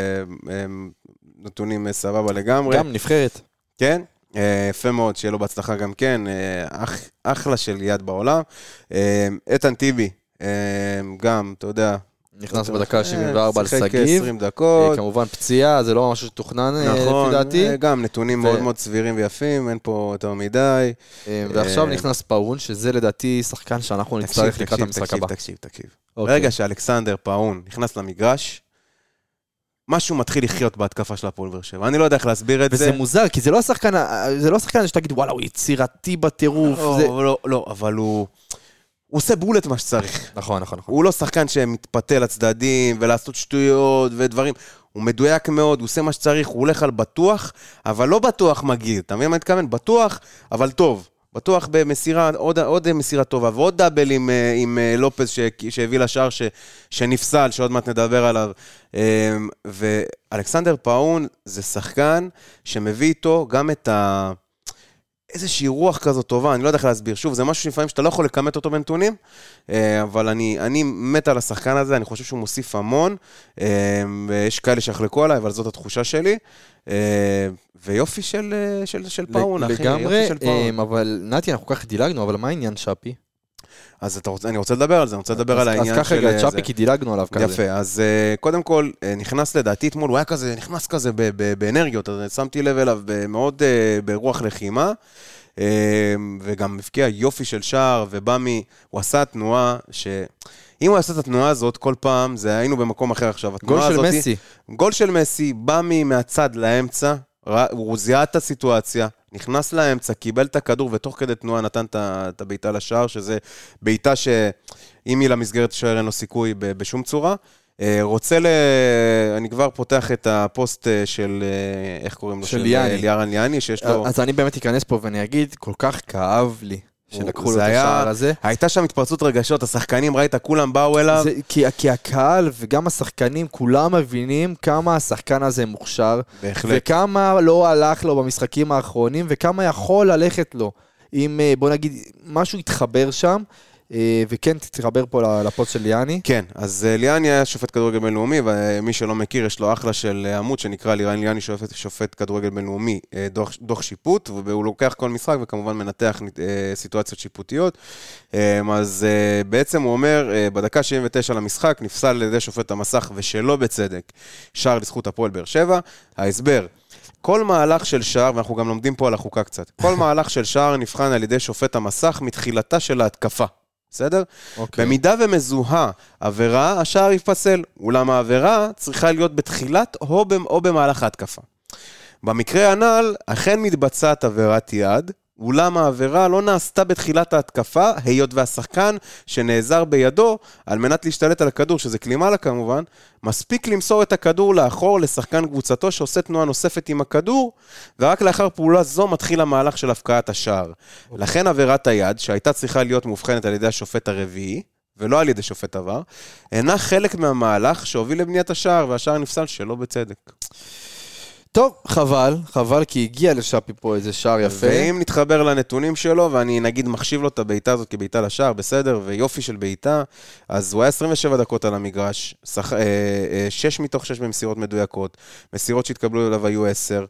[SPEAKER 1] נתונים סבבה לגמרי.
[SPEAKER 2] גם נבחרת.
[SPEAKER 1] כן, יפה מאוד, שיהיה לו בהצלחה גם כן. אחלה של יד בעולם. איתן טיבי, גם, אתה יודע,
[SPEAKER 2] נכנס בדקה שבעים וארבע על
[SPEAKER 1] שיחק
[SPEAKER 2] סגיב.
[SPEAKER 1] עשרים דקות.
[SPEAKER 2] כמובן פציעה, זה לא משהו שתוכנן לפי דעתי.
[SPEAKER 1] נכון, גם נתונים מאוד מאוד סבירים ויפים, אין פה יותר מדי.
[SPEAKER 2] ועכשיו נכנס פאון, שזה לדעתי שחקן שאנחנו נצטרך לקראת המשחק הבא.
[SPEAKER 1] תקשיב, תקשיב, תקשיב. ברגע שאלכסנדר פאון נכנס למגרש, משהו מתחיל לחיות בהתקפה של הפועל באר שבע. אני לא יודע איך להסביר את זה.
[SPEAKER 2] וזה מוזר, כי זה לא השחקן, זה לא השחקן שתגיד, וואלה, הוא יצירתי בטירוף.
[SPEAKER 1] לא, לא, לא, אבל הוא... הוא עושה בולט מה שצריך.
[SPEAKER 2] נכון, נכון, נכון.
[SPEAKER 1] הוא לא שחקן שמתפתה לצדדים ולעשות שטויות ודברים. הוא מדויק מאוד, הוא עושה מה שצריך, הוא הולך על בטוח, אבל לא בטוח מגיע. אתה מבין מה אני מתכוון? בטוח, אבל טוב. בטוח במסירה, עוד, עוד מסירה טובה, ועוד דאבל עם, עם לופז שהביא לשער ש, שנפסל, שעוד מעט נדבר עליו. ואלכסנדר פאון זה שחקן שמביא איתו גם את ה... איזושהי רוח כזאת טובה, אני לא יודע איך להסביר. שוב, זה משהו שלפעמים שאתה לא יכול לקמת אותו בנתונים, אבל אני, אני מת על השחקן הזה, אני חושב שהוא מוסיף המון, ויש כאלה שיחלקו עליי, אבל זאת התחושה שלי. ויופי של, של, של פאון, אחי.
[SPEAKER 2] לגמרי, אבל נתי, אנחנו כך דילגנו, אבל מה העניין שפי?
[SPEAKER 1] אז אתה רוצה, אני רוצה לדבר על זה, אני רוצה לדבר על העניין של...
[SPEAKER 2] אז ככה רגע, צ'אפי, כי דילגנו עליו כזה.
[SPEAKER 1] יפה, אז קודם כל, נכנס לדעתי אתמול, הוא היה כזה, נכנס כזה באנרגיות, אז שמתי לב אליו מאוד ברוח לחימה, וגם מפקיע יופי של שער, ובאמי, הוא עשה תנועה ש... אם הוא עשה את התנועה הזאת, כל פעם, זה היינו במקום אחר עכשיו.
[SPEAKER 2] גול של מסי.
[SPEAKER 1] גול של מסי, באמי מהצד לאמצע, הוא זיהה את הסיטואציה, נכנס לאמצע, קיבל את הכדור, ותוך כדי תנועה נתן את הביתה לשער, שזה ביתה שאם היא למסגרת שוער אין לו סיכוי בשום צורה. רוצה ל... אני כבר פותח את הפוסט של, איך קוראים לו?
[SPEAKER 2] של ליאני.
[SPEAKER 1] ליארן ליאני, שיש לו...
[SPEAKER 2] אז אני באמת אכנס פה ואני אגיד, כל כך כאב לי. שלקחו לו את השער הזה.
[SPEAKER 1] הייתה שם התפרצות רגשות, השחקנים, ראית, כולם באו אליו.
[SPEAKER 2] זה, כי, כי הקהל וגם השחקנים, כולם מבינים כמה השחקן הזה מוכשר.
[SPEAKER 1] בהחלט.
[SPEAKER 2] וכמה לא הלך לו במשחקים האחרונים, וכמה יכול ללכת לו. אם, בוא נגיד, משהו יתחבר שם, וכן, תתחבר פה לפוסט של ליאני.
[SPEAKER 1] כן, אז ליאני היה שופט כדורגל בינלאומי, ומי שלא מכיר, יש לו אחלה של עמוד שנקרא ליאני שופט, שופט כדורגל בינלאומי, דוח, דוח שיפוט, והוא לוקח כל משחק וכמובן מנתח סיטואציות שיפוטיות. אז בעצם הוא אומר, בדקה שבעים ותשע למשחק, נפסל על ידי שופט המסך ושלא בצדק, שער לזכות הפועל באר שבע. ההסבר, כל מהלך של שער, ואנחנו גם לומדים פה על החוקה קצת, כל מהלך של שער נבחן על ידי שופט המסך מתחילתה של ההתקפה. בסדר? Okay. במידה ומזוהה עבירה, השער יפסל. אולם העבירה צריכה להיות בתחילת או, או במהלך ההתקפה. במקרה הנ"ל, אכן מתבצעת עבירת יד, אולם העבירה לא נעשתה בתחילת ההתקפה, היות והשחקן שנעזר בידו, על מנת להשתלט על הכדור, שזה קלימה לה כמובן, מספיק למסור את הכדור לאחור לשחקן קבוצתו שעושה תנועה נוספת עם הכדור, ורק לאחר פעולה זו מתחיל המהלך של הפקעת השער. Okay. לכן עבירת היד, שהייתה צריכה להיות מובחנת על ידי השופט הרביעי, ולא על ידי שופט עבר, אינה חלק מהמהלך שהוביל לבניית השער, והשער נפסל שלא בצדק.
[SPEAKER 2] טוב, חבל, חבל כי הגיע לשאפי פה איזה שער יפה.
[SPEAKER 1] ואם נתחבר לנתונים שלו, ואני נגיד מחשיב לו את הביתה הזאת כביתה לשער, בסדר, ויופי של ביתה, אז הוא היה עשרים ושבע דקות על המגרש, שש מתוך שש במסירות מדויקות, מסירות שהתקבלו אליו היו עשר,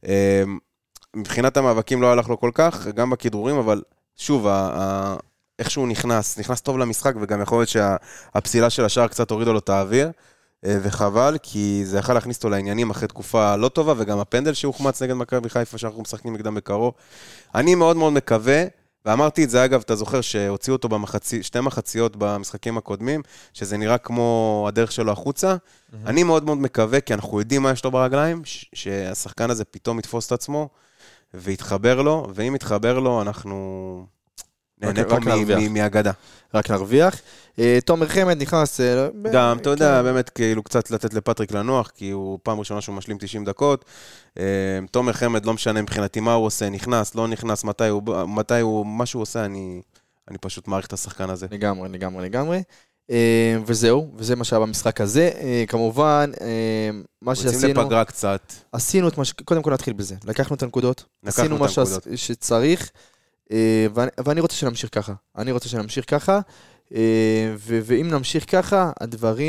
[SPEAKER 1] מבחינת המאבקים לא הלך לו כל כך, גם בכדרורים, אבל שוב, איך שהוא נכנס, נכנס טוב למשחק, וגם יכול להיות שהפסילה של השער קצת הורידה לו את האוויר, וחבל, כי זה יכול להכניס אותו לעניינים אחרי תקופה לא טובה, וגם הפנדל שהוחמץ נגד מכבי חיפה, שאנחנו משחקים נגדם בקרוב. אני מאוד מאוד מקווה, ואמרתי את זה אגב, אתה זוכר שהוציאו אותו במחצי, שתי מחציות במשחקים הקודמים, שזה נראה כמו הדרך שלו החוצה. Mm-hmm. אני מאוד מאוד מקווה, כי אנחנו יודעים מה יש לו ברגליים, שהשחקן הזה פתאום יתפוס את עצמו, ויתחבר לו, ואם יתחבר לו, אנחנו... נהנה פה מהגדה.
[SPEAKER 2] רק נרוויח. תומר חמד נכנס...
[SPEAKER 1] גם, אתה יודע, באמת כאילו קצת לתת לפטריק לנוח, כי הוא פעם ראשונה שהוא משלים תשעים דקות. תומר חמד לא משנה מבחינתי מה הוא עושה, נכנס, לא נכנס, מתי הוא, מתי הוא, מה שהוא עושה, אני, אני פשוט מעריך את השחקן הזה.
[SPEAKER 2] לגמרי, לגמרי, לגמרי. וזהו, וזה מה שהיה במשחק הזה. כמובן, מה שעשינו...
[SPEAKER 1] רוצים לפגרה קצת.
[SPEAKER 2] עשינו את מה ש... קודם כל נתחיל בזה. לקחנו את הנקודות. עשינו מה שצריך. ואני, ואני רוצה שנמשיך ככה, אני רוצה שנמשיך ככה, ו, ואם נמשיך ככה, הדברים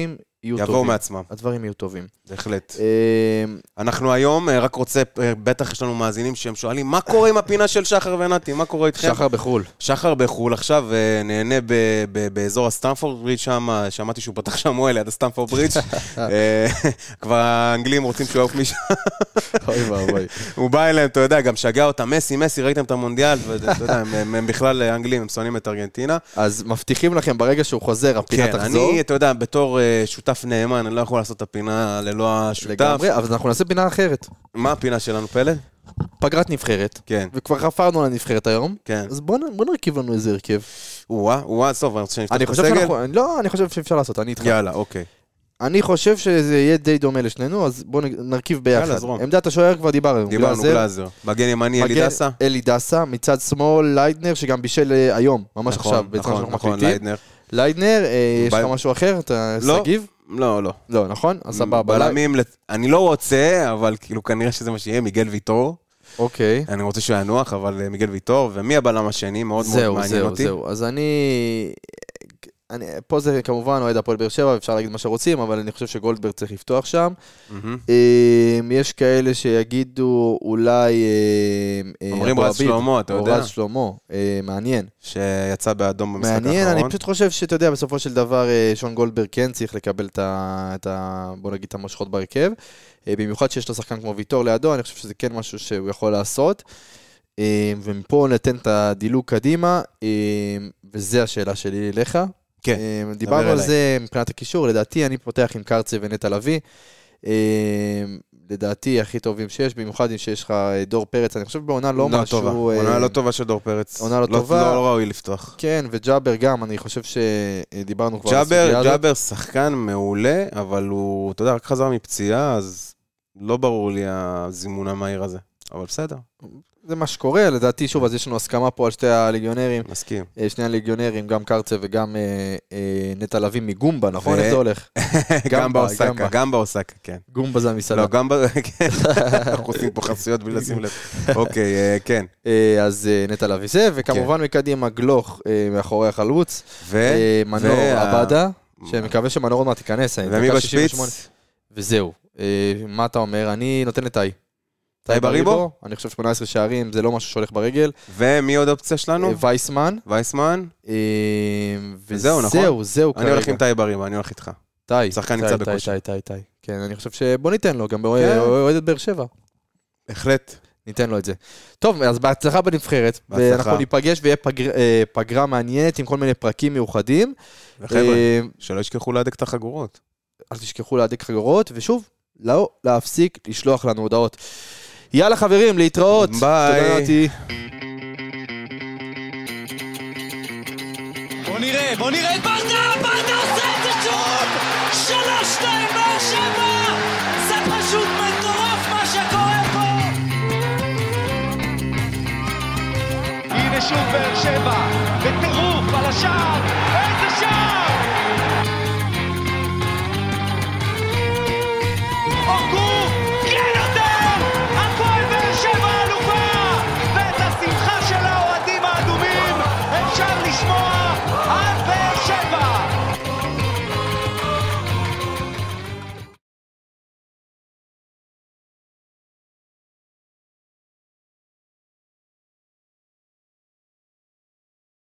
[SPEAKER 2] יהיו טובים.
[SPEAKER 1] יבואו מעצמם.
[SPEAKER 2] הדברים יהיו טובים.
[SPEAKER 1] בהחלט. אנחנו היום רק רוצה, בטח יש לנו מאזינים שהם שואלים, מה קורה עם הפינה של שחר ונתי? מה קורה איתכם?
[SPEAKER 2] שחר בחול.
[SPEAKER 1] שחר בחול, עכשיו נהנה באזור הסטמפורד ברידג' שם, שמעתי שהוא פתח שם מועל ליד הסטמפורד ברידג'. כבר האנגלים רוצים שהוא יעוף משם.
[SPEAKER 2] אוי ואבוי.
[SPEAKER 1] הוא בא אליהם, אתה יודע, גם שגע אותם, מסי, מסי, ראיתם את המונדיאל, ואתה יודע, הם בכלל אנגלים, הם שונאים את ארגנטינה.
[SPEAKER 2] אז מבטיחים לכם ברגע שהוא חוזר, הפינה תחזור.
[SPEAKER 1] כן, אני, אתה יודע, בתור שותף נאמן, אני לא יכול לעשות את הפינה ללא השותף.
[SPEAKER 2] לגמרי, אבל אנחנו נעשה פינה אחרת.
[SPEAKER 1] מה הפינה שלנו, פלא?
[SPEAKER 2] פגרת נבחרת. כן. וכבר חפרנו על הנבחרת היום. כן. אז בוא נרכיב לנו איזה הרכב.
[SPEAKER 1] וואה, וואה, סוף, אני רוצה שנפתח את הסגל.
[SPEAKER 2] לא, אני חושב שאפשר לעשות, אני איתך.
[SPEAKER 1] יאללה, אוקיי.
[SPEAKER 2] אני חושב שזה יהיה די דומה לשנינו, אז בואו נרכיב ביחד. עמדת השוער כבר דיברנו.
[SPEAKER 1] דיברנו, גלאזר. מגן ימני אלי דסה.
[SPEAKER 2] אלי דסה, מצד שמאל ליידנר, שגם בישל היום, ממש עכשיו.
[SPEAKER 1] נכון, נכון, ליידנר.
[SPEAKER 2] ליידנר, יש לך משהו אחר? אתה סגיב?
[SPEAKER 1] לא, לא.
[SPEAKER 2] לא, נכון? אז סבבה.
[SPEAKER 1] בלמים, אני לא רוצה, אבל כאילו כנראה שזה מה שיהיה, מיגל ויטור.
[SPEAKER 2] אוקיי.
[SPEAKER 1] אני רוצה שהוא ינוח, אבל מיגל ויטור, ומי הבלם השני? מאוד מאוד מעניין אותי.
[SPEAKER 2] זהו, זהו, אז אני... אני, פה זה כמובן אוהד הפועל באר שבע, אפשר להגיד מה שרוצים, אבל אני חושב שגולדברג צריך לפתוח שם. Mm-hmm. יש כאלה שיגידו אולי...
[SPEAKER 1] אומרים רז שלמה, אתה יודע.
[SPEAKER 2] רז שלמה, מעניין.
[SPEAKER 1] שיצא באדום במשחק האחרון.
[SPEAKER 2] מעניין, אני פשוט חושב שאתה יודע, בסופו של דבר שון גולדברג כן צריך לקבל את ה... בוא נגיד את המושכות בהרכב. במיוחד שיש לו שחקן כמו ויטור לידו, אני חושב שזה כן משהו שהוא יכול לעשות. ומפה נתן את הדילוג קדימה, וזה השאלה שלי אליך.
[SPEAKER 1] כן,
[SPEAKER 2] דיברנו על זה מבחינת הקישור, לדעתי אני פותח עם קרצה ונטע לביא, לדעתי הכי טובים שיש, במיוחד אם שיש לך דור פרץ, אני חושב בעונה לא משהו...
[SPEAKER 1] עונה לא טובה של דור פרץ.
[SPEAKER 2] עונה לא טובה.
[SPEAKER 1] לא ראוי לפתוח.
[SPEAKER 2] כן, וג'אבר גם, אני חושב שדיברנו כבר
[SPEAKER 1] על הסוגיה הזאת. ג'אבר שחקן מעולה, אבל הוא, אתה יודע, רק חזר מפציעה, אז לא ברור לי הזימון המהיר הזה, אבל בסדר.
[SPEAKER 2] זה מה שקורה, לדעתי, שוב, אז יש לנו הסכמה פה על שתי הליגיונרים.
[SPEAKER 1] מסכים.
[SPEAKER 2] שני הליגיונרים, גם קרצה וגם נטע לביא מגומבה, נכון? איך זה הולך?
[SPEAKER 1] גם באוסקה, גם באוסקה, כן.
[SPEAKER 2] גומבה זה המסעדה.
[SPEAKER 1] לא, גם באוסקה, כן. אנחנו עושים פה חסויות בלי לשים לב. אוקיי, כן.
[SPEAKER 2] אז נטע לביא זה, וכמובן מקדימה גלוך מאחורי החלוץ. ומנור עבדה, שמקווה שמנור עוד מעט תיכנס.
[SPEAKER 1] ומי בשפיץ?
[SPEAKER 2] וזהו. מה אתה אומר? אני נותן לתאי.
[SPEAKER 1] טייב אריבו?
[SPEAKER 2] אני חושב שמונה עשרה שערים, זה לא משהו שהולך ברגל.
[SPEAKER 1] ומי עוד אופציה שלנו?
[SPEAKER 2] וייסמן.
[SPEAKER 1] וייסמן.
[SPEAKER 2] וזהו, נכון? זהו, זהו כרגע.
[SPEAKER 1] אני הולך עם טייב אריבו, אני הולך איתך.
[SPEAKER 2] טי.
[SPEAKER 1] שחקן נמצא בכושר.
[SPEAKER 2] טי, טי, טי. כן, אני חושב שבוא ניתן לו, גם באוהד את באר שבע.
[SPEAKER 1] בהחלט.
[SPEAKER 2] ניתן לו את זה. טוב, אז בהצלחה בנבחרת. ואנחנו ניפגש ויהיה פגרה מעניינת עם כל מיני פרקים מיוחדים.
[SPEAKER 1] וחבר'ה, שלא ישכחו להדק את החגורות.
[SPEAKER 2] אל תשכחו להדק חגורות, ושוב, לא להפסיק לשלוח לנו הודעות. יאללה חברים, להתראות.
[SPEAKER 1] ביי.
[SPEAKER 2] תודה נתי.
[SPEAKER 3] בוא נראה, בוא נראה את ברדה, ברדה עושה את זה שוב! שלוש שתיים באר שבע! זה פשוט מטורף מה שקורה פה! הנה שוב באר שבע, בטירוף על השער!